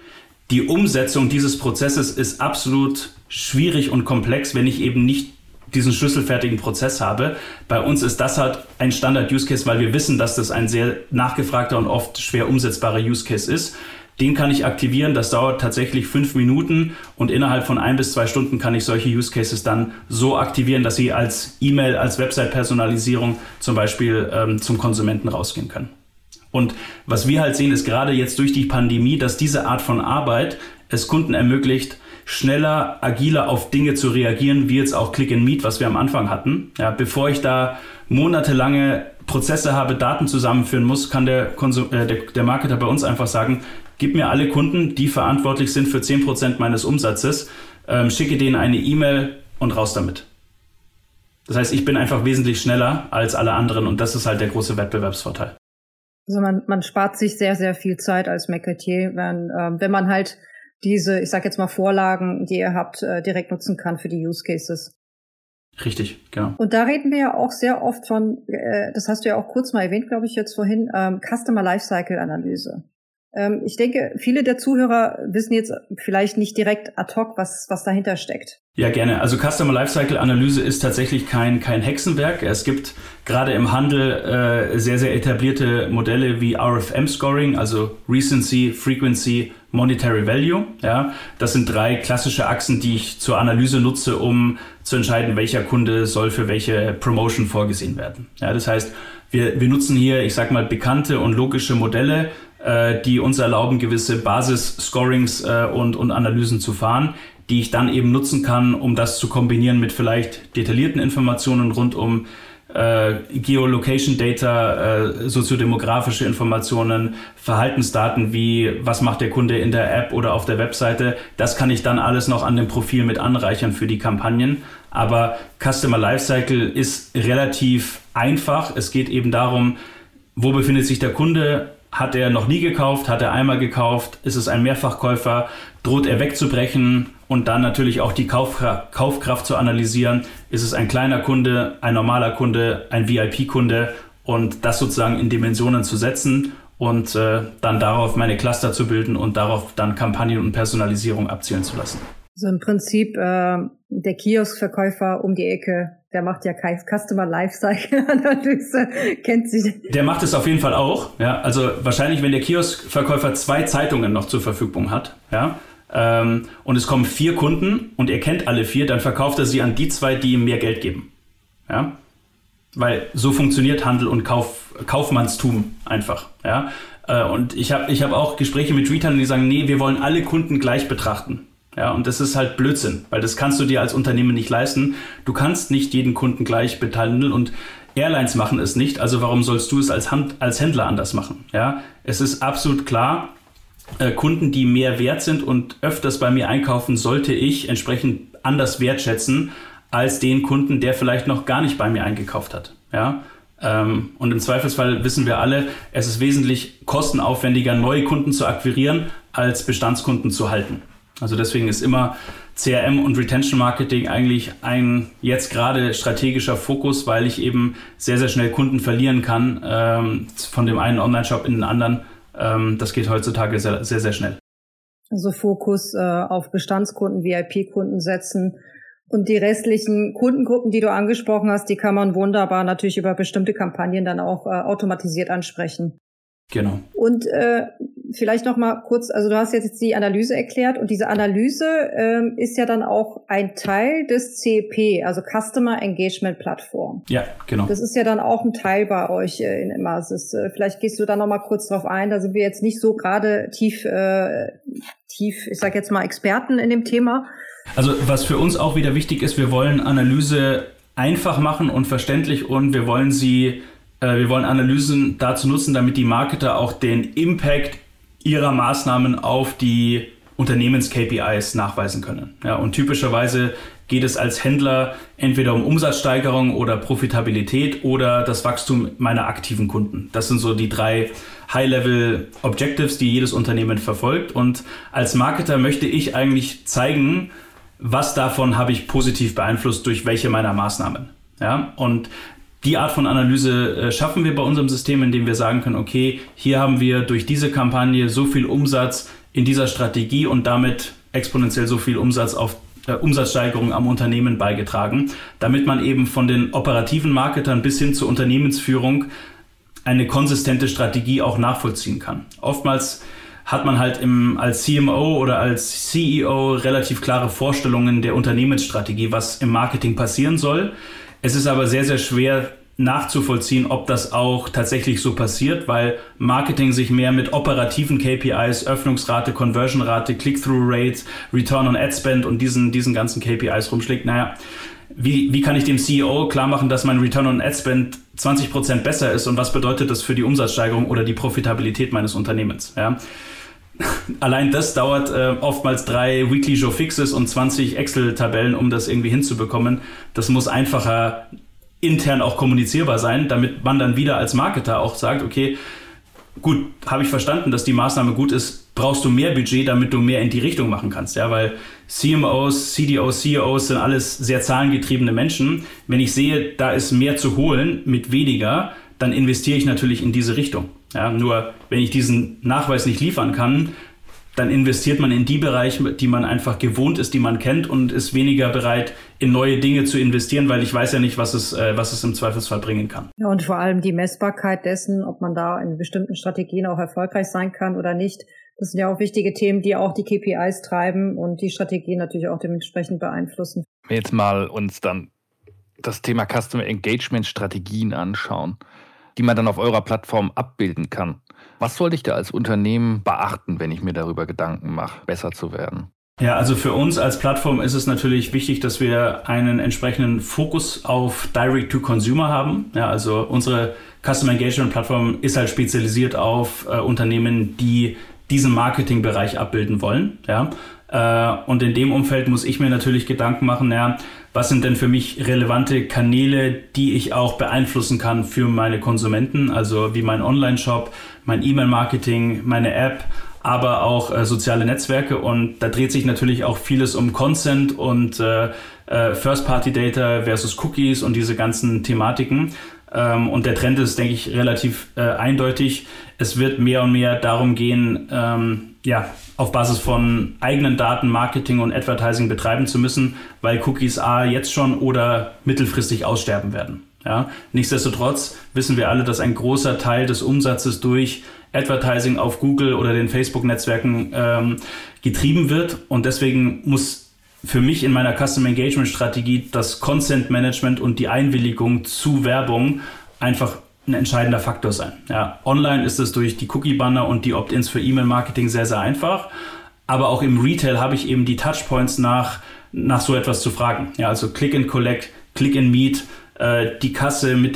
Die Umsetzung dieses Prozesses ist absolut schwierig und komplex, wenn ich eben nicht diesen schlüsselfertigen Prozess habe. Bei uns ist das halt ein Standard-Use-Case, weil wir wissen, dass das ein sehr nachgefragter und oft schwer umsetzbarer Use-Case ist. Den kann ich aktivieren, das dauert tatsächlich 5 Minuten und innerhalb von 1 bis 2 Stunden kann ich solche Use-Cases dann so aktivieren, dass sie als E-Mail, als Website-Personalisierung zum Beispiel zum Konsumenten rausgehen können. Und was wir halt sehen, ist gerade jetzt durch die Pandemie, dass diese Art von Arbeit es Kunden ermöglicht, schneller, agiler auf Dinge zu reagieren, wie jetzt auch Click and Meet, was wir am Anfang hatten. Ja, bevor ich da monatelange Prozesse habe, Daten zusammenführen muss, kann der Marketer bei uns einfach sagen, gib mir alle Kunden, die verantwortlich sind für 10% meines Umsatzes, schicke denen eine E-Mail und raus damit. Das heißt, ich bin einfach wesentlich schneller als alle anderen und das ist halt der große Wettbewerbsvorteil. Also man spart sich sehr, sehr viel Zeit als Marketier, wenn man halt diese, ich sag jetzt mal, Vorlagen, die ihr habt, direkt nutzen kann für die Use Cases. Richtig, genau. Und da reden wir ja auch sehr oft von, das hast du ja auch kurz mal erwähnt, glaube ich, jetzt vorhin, Customer Lifecycle Analyse. Ich denke, viele der Zuhörer wissen jetzt vielleicht nicht direkt ad hoc, was dahinter steckt. Ja, gerne. Also Customer Lifecycle Analyse ist tatsächlich kein Hexenwerk. Es gibt gerade im Handel sehr, sehr etablierte Modelle wie RFM Scoring, also Recency, Frequency, Monetary Value. Ja, das sind 3 klassische Achsen, die ich zur Analyse nutze, um zu entscheiden, welcher Kunde soll für welche Promotion vorgesehen werden. Ja, das heißt, wir nutzen hier, ich sag mal, bekannte und logische Modelle, die uns erlauben, gewisse Basis-Scorings und Analysen zu fahren, die ich dann eben nutzen kann, um das zu kombinieren mit vielleicht detaillierten Informationen rund um Geolocation Data, soziodemografische Informationen, Verhaltensdaten wie was macht der Kunde in der App oder auf der Webseite. Das kann ich dann alles noch an dem Profil mit anreichern für die Kampagnen. Aber Customer Lifecycle ist relativ einfach. Es geht eben darum, wo befindet sich der Kunde? Hat er noch nie gekauft? Hat er einmal gekauft? Ist es ein Mehrfachkäufer? Droht er wegzubrechen? Und dann natürlich auch die Kaufkraft zu analysieren. Ist es ein kleiner Kunde, ein normaler Kunde, ein VIP-Kunde? Und das sozusagen in Dimensionen zu setzen und dann darauf meine Cluster zu bilden und darauf dann Kampagnen und Personalisierung abzielen zu lassen. Also im Prinzip der Kioskverkäufer um die Ecke, der macht ja Customer Lifecycle Analyse, kennt sie. Der macht es auf jeden Fall auch. Ja, also wahrscheinlich, wenn der Kioskverkäufer 2 Zeitungen noch zur Verfügung hat, ja, und es kommen 4 Kunden und er kennt alle 4, dann verkauft er sie an die 2, die ihm mehr Geld geben. Ja, weil so funktioniert Handel und Kaufmannstum einfach. Ja, und ich hab auch Gespräche mit Retailern, die sagen, nee, wir wollen alle Kunden gleich betrachten. Ja, und das ist halt Blödsinn, weil das kannst du dir als Unternehmen nicht leisten. Du kannst nicht jeden Kunden gleich behandeln und Airlines machen es nicht, also warum sollst du es als Händler anders machen? Ja, es ist absolut klar, Kunden, die mehr wert sind und öfters bei mir einkaufen, sollte ich entsprechend anders wertschätzen als den Kunden, der vielleicht noch gar nicht bei mir eingekauft hat. Ja, und im Zweifelsfall wissen wir alle, es ist wesentlich kostenaufwendiger, neue Kunden zu akquirieren, als Bestandskunden zu halten. Also deswegen ist immer CRM und Retention Marketing eigentlich ein jetzt gerade strategischer Fokus, weil ich eben sehr, sehr schnell Kunden verlieren kann von dem einen Online-Shop in den anderen. Das geht heutzutage sehr, sehr, sehr schnell. Also Fokus auf Bestandskunden, VIP-Kunden setzen. Und die restlichen Kundengruppen, die du angesprochen hast, die kann man wunderbar natürlich über bestimmte Kampagnen dann auch automatisiert ansprechen. Genau. Und vielleicht noch mal kurz, also du hast jetzt die Analyse erklärt und diese Analyse ist ja dann auch ein Teil des CEP, also Customer Engagement Plattform. Ja, genau. Das ist ja dann auch ein Teil bei euch in Emarsys. Vielleicht gehst du da noch mal kurz drauf ein, da sind wir jetzt nicht so gerade tief, ich sag jetzt mal Experten in dem Thema. Also was für uns auch wieder wichtig ist, wir wollen Analyse einfach machen und verständlich und wir wollen Analysen dazu nutzen, damit die Marketer auch den Impact ihrer Maßnahmen auf die Unternehmens-KPIs nachweisen können. Ja, und typischerweise geht es als Händler entweder um Umsatzsteigerung oder Profitabilität oder das Wachstum meiner aktiven Kunden. Das sind so die 3 High-Level-Objectives, die jedes Unternehmen verfolgt. Und als Marketer möchte ich eigentlich zeigen, was davon habe ich positiv beeinflusst durch welche meiner Maßnahmen. Ja, und die Art von Analyse schaffen wir bei unserem System, indem wir sagen können, okay, hier haben wir durch diese Kampagne so viel Umsatz in dieser Strategie und damit exponentiell so viel Umsatzsteigerung am Unternehmen beigetragen, damit man eben von den operativen Marketern bis hin zur Unternehmensführung eine konsistente Strategie auch nachvollziehen kann. Oftmals hat man halt als CMO oder als CEO relativ klare Vorstellungen der Unternehmensstrategie, was im Marketing passieren soll. Es ist aber sehr, sehr schwer nachzuvollziehen, ob das auch tatsächlich so passiert, weil Marketing sich mehr mit operativen KPIs, Öffnungsrate, Conversion-Rate, Click-Through-Rate, Return on Ad Spend und diesen ganzen KPIs rumschlägt. Naja, wie kann ich dem CEO klar machen, dass mein Return on Ad Spend 20% besser ist und was bedeutet das für die Umsatzsteigerung oder die Profitabilität meines Unternehmens? Ja? Allein das dauert oftmals 3 Weekly Joe Fixes und 20 Excel-Tabellen, um das irgendwie hinzubekommen. Das muss einfacher intern auch kommunizierbar sein, damit man dann wieder als Marketer auch sagt, okay, gut, habe ich verstanden, dass die Maßnahme gut ist, brauchst du mehr Budget, damit du mehr in die Richtung machen kannst. Ja, weil CMOs, CDOs, CEOs sind alles sehr zahlengetriebene Menschen. Wenn ich sehe, da ist mehr zu holen mit weniger, dann investiere ich natürlich in diese Richtung. Ja, nur wenn ich diesen Nachweis nicht liefern kann, dann investiert man in die Bereiche, die man einfach gewohnt ist, die man kennt und ist weniger bereit, in neue Dinge zu investieren, weil ich weiß ja nicht, was es im Zweifelsfall bringen kann. Ja, und vor allem die Messbarkeit dessen, ob man da in bestimmten Strategien auch erfolgreich sein kann oder nicht. Das sind ja auch wichtige Themen, die auch die KPIs treiben und die Strategien natürlich auch dementsprechend beeinflussen. Wenn wir jetzt mal uns dann das Thema Customer Engagement Strategien anschauen, die man dann auf eurer Plattform abbilden kann. Was sollte ich da als Unternehmen beachten, wenn ich mir darüber Gedanken mache, besser zu werden? Ja, also für uns als Plattform ist es natürlich wichtig, dass wir einen entsprechenden Fokus auf Direct-to-Consumer haben. Ja, also unsere Customer Engagement Plattform ist halt spezialisiert auf Unternehmen, die diesen Marketingbereich abbilden wollen. Ja. Und in dem Umfeld muss ich mir natürlich Gedanken machen, ja, was sind denn für mich relevante Kanäle, die ich auch beeinflussen kann für meine Konsumenten, also wie mein Online-Shop, mein E-Mail-Marketing, meine App, aber auch soziale Netzwerke. Und da dreht sich natürlich auch vieles um Consent und First-Party-Data versus Cookies und diese ganzen Thematiken. Und der Trend ist, denke ich, relativ eindeutig. Es wird mehr und mehr darum gehen, auf Basis von eigenen Daten Marketing und Advertising betreiben zu müssen, weil Cookies jetzt schon oder mittelfristig aussterben werden. Ja? Nichtsdestotrotz wissen wir alle, dass ein großer Teil des Umsatzes durch Advertising auf Google oder den Facebook-Netzwerken getrieben wird und deswegen muss für mich in meiner Customer Engagement Strategie das Consent Management und die Einwilligung zu Werbung einfach ein entscheidender Faktor sein. Ja, online ist es durch die Cookie-Banner und die Opt-ins für E-Mail-Marketing sehr, sehr einfach. Aber auch im Retail habe ich eben die Touchpoints nach so etwas zu fragen. Ja, also Click and Collect, Click and Meet, die Kasse mit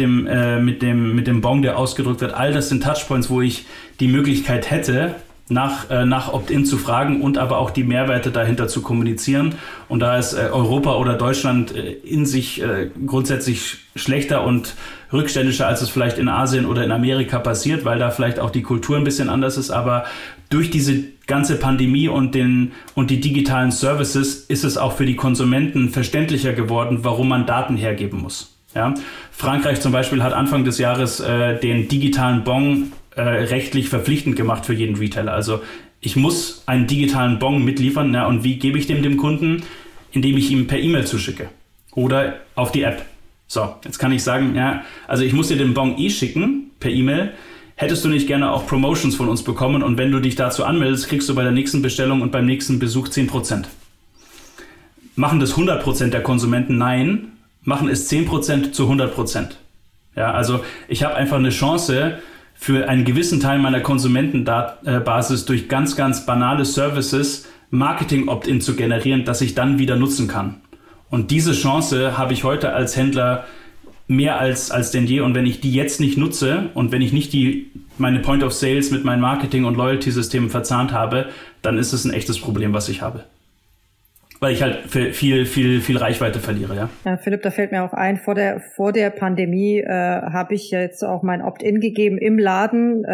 dem Bon, der ausgedrückt wird. All das sind Touchpoints, wo ich die Möglichkeit hätte, nach Opt-in zu fragen und aber auch die Mehrwerte dahinter zu kommunizieren. Und da ist Europa oder Deutschland in sich grundsätzlich schlechter und rückständischer, als es vielleicht in Asien oder in Amerika passiert, weil da vielleicht auch die Kultur ein bisschen anders ist. Aber durch diese ganze Pandemie und die digitalen Services ist es auch für die Konsumenten verständlicher geworden, warum man Daten hergeben muss. Ja? Frankreich zum Beispiel hat Anfang des Jahres den digitalen Bon rechtlich verpflichtend gemacht für jeden Retailer. Also ich muss einen digitalen Bon mitliefern. Na, und wie gebe ich dem Kunden? Indem ich ihm per E-Mail zuschicke oder auf die App. So, jetzt kann ich sagen, ja, also ich muss dir den Bon schicken per E-Mail. Hättest du nicht gerne auch Promotions von uns bekommen und wenn du dich dazu anmeldest, kriegst du bei der nächsten Bestellung und beim nächsten Besuch 10%. Machen das 100% der Konsumenten? Nein. Machen es 10% zu 100%. Ja, also ich habe einfach eine Chance, für einen gewissen Teil meiner Konsumentenbasis durch ganz, ganz banale Services Marketing-Opt-in zu generieren, das ich dann wieder nutzen kann. Und diese Chance habe ich heute als Händler mehr als denn je. Und wenn ich die jetzt nicht nutze und wenn ich nicht meine Point of Sales mit meinen Marketing- und Loyalty-Systemen verzahnt habe, dann ist es ein echtes Problem, was ich habe. Weil ich halt viel Reichweite verliere, ja. Ja, Philipp, da fällt mir auch ein, vor der Pandemie habe ich jetzt auch mein Opt-in gegeben im Laden,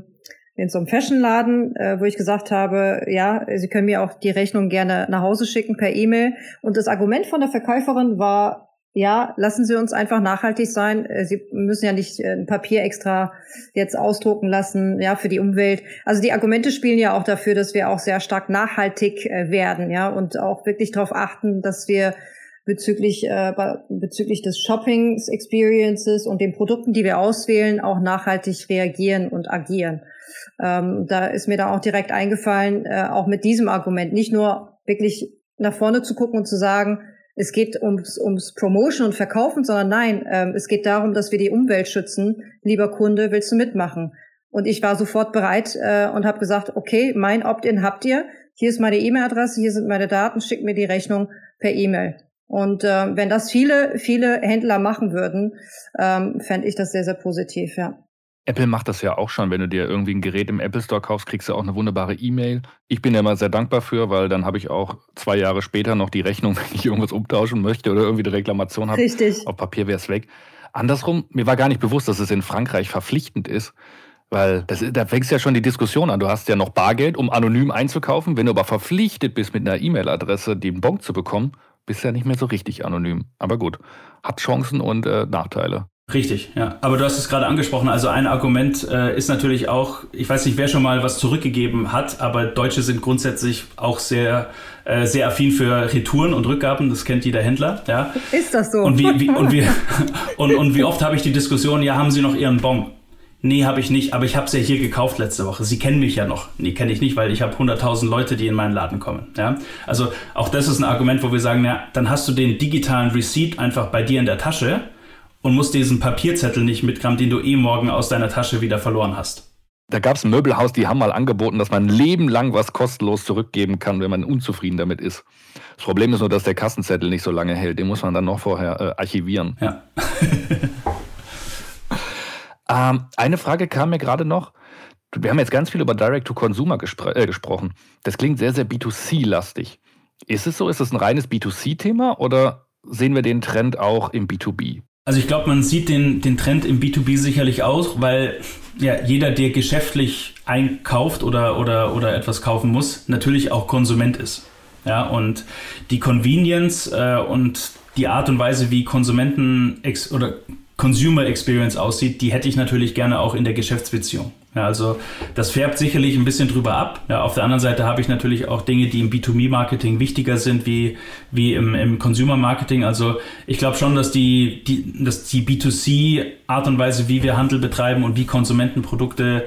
in so einem Fashion-Laden, wo ich gesagt habe, ja, Sie können mir auch die Rechnung gerne nach Hause schicken per E-Mail. Und das Argument von der Verkäuferin war, ja, lassen Sie uns einfach nachhaltig sein. Sie müssen ja nicht ein Papier extra jetzt ausdrucken lassen, ja, für die Umwelt. Also die Argumente spielen ja auch dafür, dass wir auch sehr stark nachhaltig werden, ja, und auch wirklich darauf achten, dass wir bezüglich des Shopping-Experiences und den Produkten, die wir auswählen, auch nachhaltig reagieren und agieren. Da ist mir da auch direkt eingefallen, auch mit diesem Argument, nicht nur wirklich nach vorne zu gucken und zu sagen, es geht ums Promotion und Verkaufen, sondern nein, es geht darum, dass wir die Umwelt schützen. Lieber Kunde, willst du mitmachen? Und ich war sofort bereit und habe gesagt, okay, mein Opt-in habt ihr. Hier ist meine E-Mail-Adresse, hier sind meine Daten, schickt mir die Rechnung per E-Mail. Und wenn das viele Händler machen würden, fände ich das sehr, sehr positiv, ja. Apple macht das ja auch schon, wenn du dir irgendwie ein Gerät im Apple Store kaufst, kriegst du auch eine wunderbare E-Mail. Ich bin ja immer sehr dankbar für, weil dann habe ich auch 2 Jahre später noch die Rechnung, wenn ich irgendwas umtauschen möchte oder irgendwie eine Reklamation habe. Richtig. Auf Papier wäre es weg. Andersrum, mir war gar nicht bewusst, dass es in Frankreich verpflichtend ist, weil da fängst ja schon die Diskussion an. Du hast ja noch Bargeld, um anonym einzukaufen. Wenn du aber verpflichtet bist, mit einer E-Mail-Adresse den Bon zu bekommen, bist du ja nicht mehr so richtig anonym. Aber gut, hat Chancen und Nachteile. Richtig, ja. Aber du hast es gerade angesprochen, also ein Argument ist natürlich auch, ich weiß nicht, wer schon mal was zurückgegeben hat, aber Deutsche sind grundsätzlich auch sehr affin für Retouren und Rückgaben, das kennt jeder Händler, ja. Ist das so? Und wie oft habe ich die Diskussion, ja, haben Sie noch Ihren Bon? Nee, habe ich nicht, aber ich habe es ja hier gekauft letzte Woche. Sie kennen mich ja noch. Nee, kenne ich nicht, weil ich habe 100.000 Leute, die in meinen Laden kommen. Ja? Also auch das ist ein Argument, wo wir sagen, ja, dann hast du den digitalen Receipt einfach bei dir in der Tasche und musst diesen Papierzettel nicht mitkramen, den du morgen aus deiner Tasche wieder verloren hast. Da gab es ein Möbelhaus, die haben mal angeboten, dass man ein Leben lang was kostenlos zurückgeben kann, wenn man unzufrieden damit ist. Das Problem ist nur, dass der Kassenzettel nicht so lange hält. Den muss man dann noch vorher archivieren. Ja. Eine Frage kam mir gerade noch. Wir haben jetzt ganz viel über Direct-to-Consumer gesprochen. Das klingt sehr, sehr B2C-lastig. Ist es so? Ist es ein reines B2C-Thema oder sehen wir den Trend auch im B2B? Also ich glaube, man sieht den Trend im B2B sicherlich auch, weil ja jeder, der geschäftlich einkauft oder etwas kaufen muss, natürlich auch Konsument ist. Ja, und die Convenience und die Art und Weise, wie Consumer Experience aussieht, die hätte ich natürlich gerne auch in der Geschäftsbeziehung. Ja, also das färbt sicherlich ein bisschen drüber ab. Ja, auf der anderen Seite habe ich natürlich auch Dinge, die im B2B-Marketing wichtiger sind, wie im Consumer-Marketing. Also ich glaube schon, dass die B2C-Art und Weise, wie wir Handel betreiben und wie Konsumenten Produkte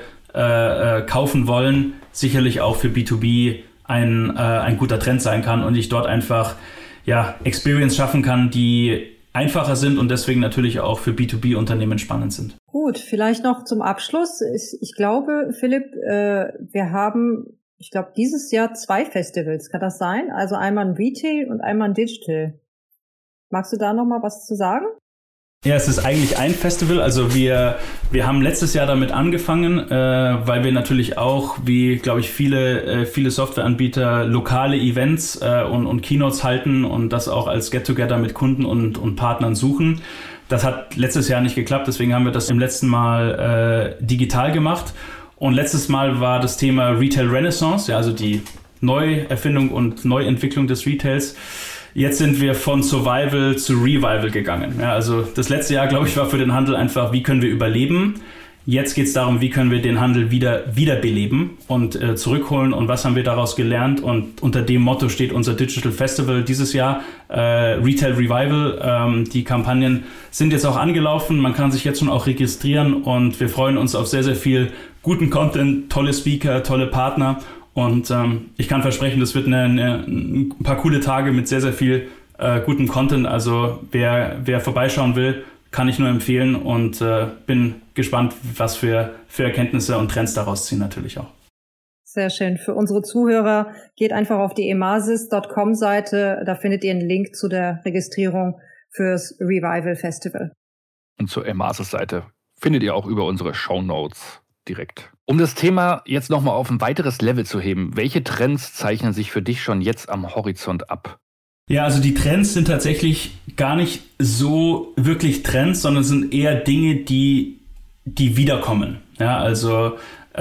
kaufen wollen, sicherlich auch für B2B ein guter Trend sein kann und ich dort einfach Experience schaffen kann, die einfacher sind und deswegen natürlich auch für B2B-Unternehmen spannend sind. Gut, vielleicht noch zum Abschluss. Ich glaube, Philipp, wir haben, dieses Jahr 2 Festivals. Kann das sein? Also einmal ein Retail und einmal ein Digital. Magst du da noch mal was zu sagen? Ja, es ist eigentlich ein Festival. Also wir haben letztes Jahr damit angefangen, weil wir natürlich auch, wie glaube ich viele Softwareanbieter, lokale Events und Keynotes halten und das auch als Get-Together mit Kunden und Partnern suchen. Das hat letztes Jahr nicht geklappt, deswegen haben wir das im letzten Mal digital gemacht. Und letztes Mal war das Thema Retail Renaissance, ja, also die Neuerfindung und Neuentwicklung des Retails. Jetzt sind wir von Survival zu Revival gegangen. Ja, also das letzte Jahr, glaube ich, war für den Handel einfach, wie können wir überleben? Jetzt geht es darum, wie können wir den Handel wiederbeleben und zurückholen und was haben wir daraus gelernt. Und unter dem Motto steht unser Digital Festival dieses Jahr, Retail Revival. Die Kampagnen sind jetzt auch angelaufen, man kann sich jetzt schon auch registrieren und wir freuen uns auf sehr, sehr viel guten Content, tolle Speaker, tolle Partner. Und ich kann versprechen, das wird ein paar coole Tage mit sehr, sehr viel gutem Content. Also wer vorbeischauen will, kann ich nur empfehlen und bin gespannt, was für Erkenntnisse und Trends daraus ziehen natürlich auch. Sehr schön. Für unsere Zuhörer geht einfach auf die emasis.com-Seite. Da findet ihr einen Link zu der Registrierung fürs Revival Festival. Und zur Emasis-Seite findet ihr auch über unsere Shownotes direkt. Um das Thema jetzt nochmal auf ein weiteres Level zu heben, welche Trends zeichnen sich für dich schon jetzt am Horizont ab? Ja, also die Trends sind tatsächlich gar nicht so wirklich Trends, sondern sind eher Dinge, die wiederkommen. Ja, also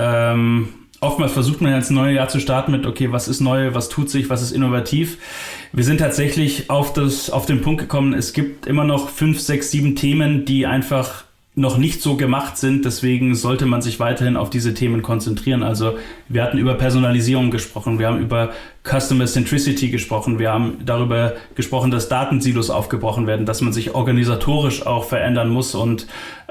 oftmals versucht man ja ins neue Jahr zu starten mit, okay, was ist neu, was tut sich, was ist innovativ. Wir sind tatsächlich auf den Punkt gekommen, es gibt immer noch 5, 6, 7 Themen, die einfach noch nicht so gemacht sind, deswegen sollte man sich weiterhin auf diese Themen konzentrieren. Also wir hatten über Personalisierung gesprochen, wir haben über Customer Centricity gesprochen, wir haben darüber gesprochen, dass Datensilos aufgebrochen werden, dass man sich organisatorisch auch verändern muss und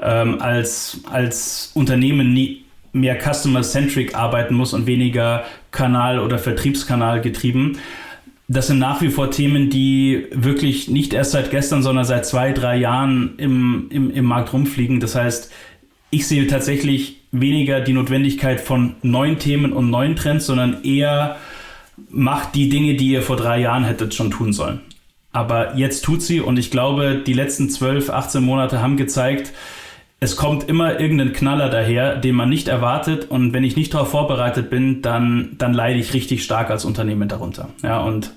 als Unternehmen mehr Customer-Centric arbeiten muss und weniger Kanal- oder Vertriebskanal getrieben. Das sind nach wie vor Themen, die wirklich nicht erst seit gestern, sondern seit 2, 3 Jahren im Markt rumfliegen. Das heißt, ich sehe tatsächlich weniger die Notwendigkeit von neuen Themen und neuen Trends, sondern eher macht die Dinge, die ihr vor 3 Jahren hättet schon tun sollen. Aber jetzt tut sie und ich glaube, die letzten 12, 18 Monate haben gezeigt, es kommt immer irgendein Knaller daher, den man nicht erwartet und wenn ich nicht darauf vorbereitet bin, dann leide ich richtig stark als Unternehmen darunter. Ja, und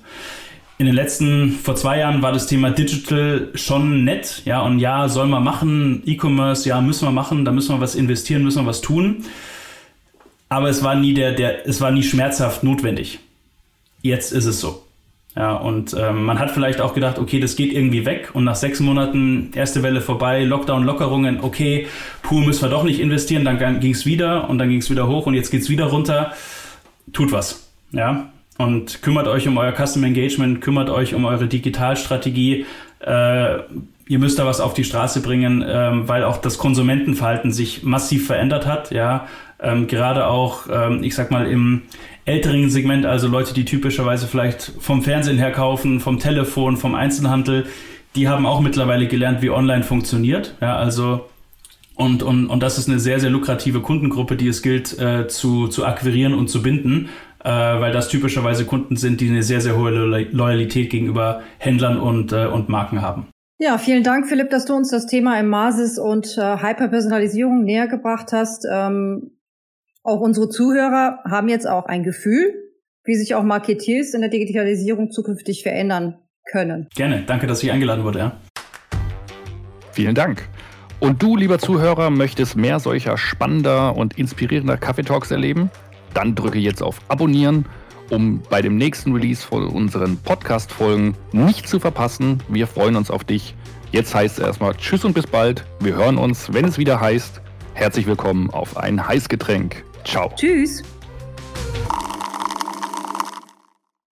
vor 2 Jahren war das Thema Digital schon nett, ja, und ja, soll man machen, E-Commerce, ja, müssen wir machen, da müssen wir was investieren, müssen wir was tun. Aber es war nie es war nie schmerzhaft notwendig. Jetzt ist es so. Ja, und man hat vielleicht auch gedacht, okay, das geht irgendwie weg und nach 6 Monaten erste Welle vorbei, Lockdown, Lockerungen, okay, müssen wir doch nicht investieren, dann ging es wieder und dann ging es wieder hoch und jetzt geht es wieder runter. Tut was, ja, und kümmert euch um euer Customer Engagement, kümmert euch um eure Digitalstrategie. Ihr müsst da was auf die Straße bringen, weil auch das Konsumentenverhalten sich massiv verändert hat, ja, gerade auch, ich sag mal, im älteren Segment, also Leute, die typischerweise vielleicht vom Fernsehen her kaufen, vom Telefon, vom Einzelhandel, die haben auch mittlerweile gelernt, wie online funktioniert. Ja, also und das ist eine sehr, sehr lukrative Kundengruppe, die es gilt zu akquirieren und zu binden, weil das typischerweise Kunden sind, die eine sehr, sehr hohe Loyalität gegenüber Händlern und Marken haben. Ja, vielen Dank, Philipp, dass du uns das Thema Emasis und Hyperpersonalisierung näher gebracht hast. Auch unsere Zuhörer haben jetzt auch ein Gefühl, wie sich auch Marketeers in der Digitalisierung zukünftig verändern können. Gerne, danke, dass ich eingeladen wurde. Ja. Vielen Dank. Und du, lieber Zuhörer, möchtest mehr solcher spannender und inspirierender Kaffeetalks erleben? Dann drücke jetzt auf Abonnieren, um bei dem nächsten Release von unseren Podcast-Folgen nicht zu verpassen. Wir freuen uns auf dich. Jetzt heißt es erstmal Tschüss und bis bald. Wir hören uns, wenn es wieder heißt Herzlich willkommen auf ein Heißgetränk. Ciao. Tschüss.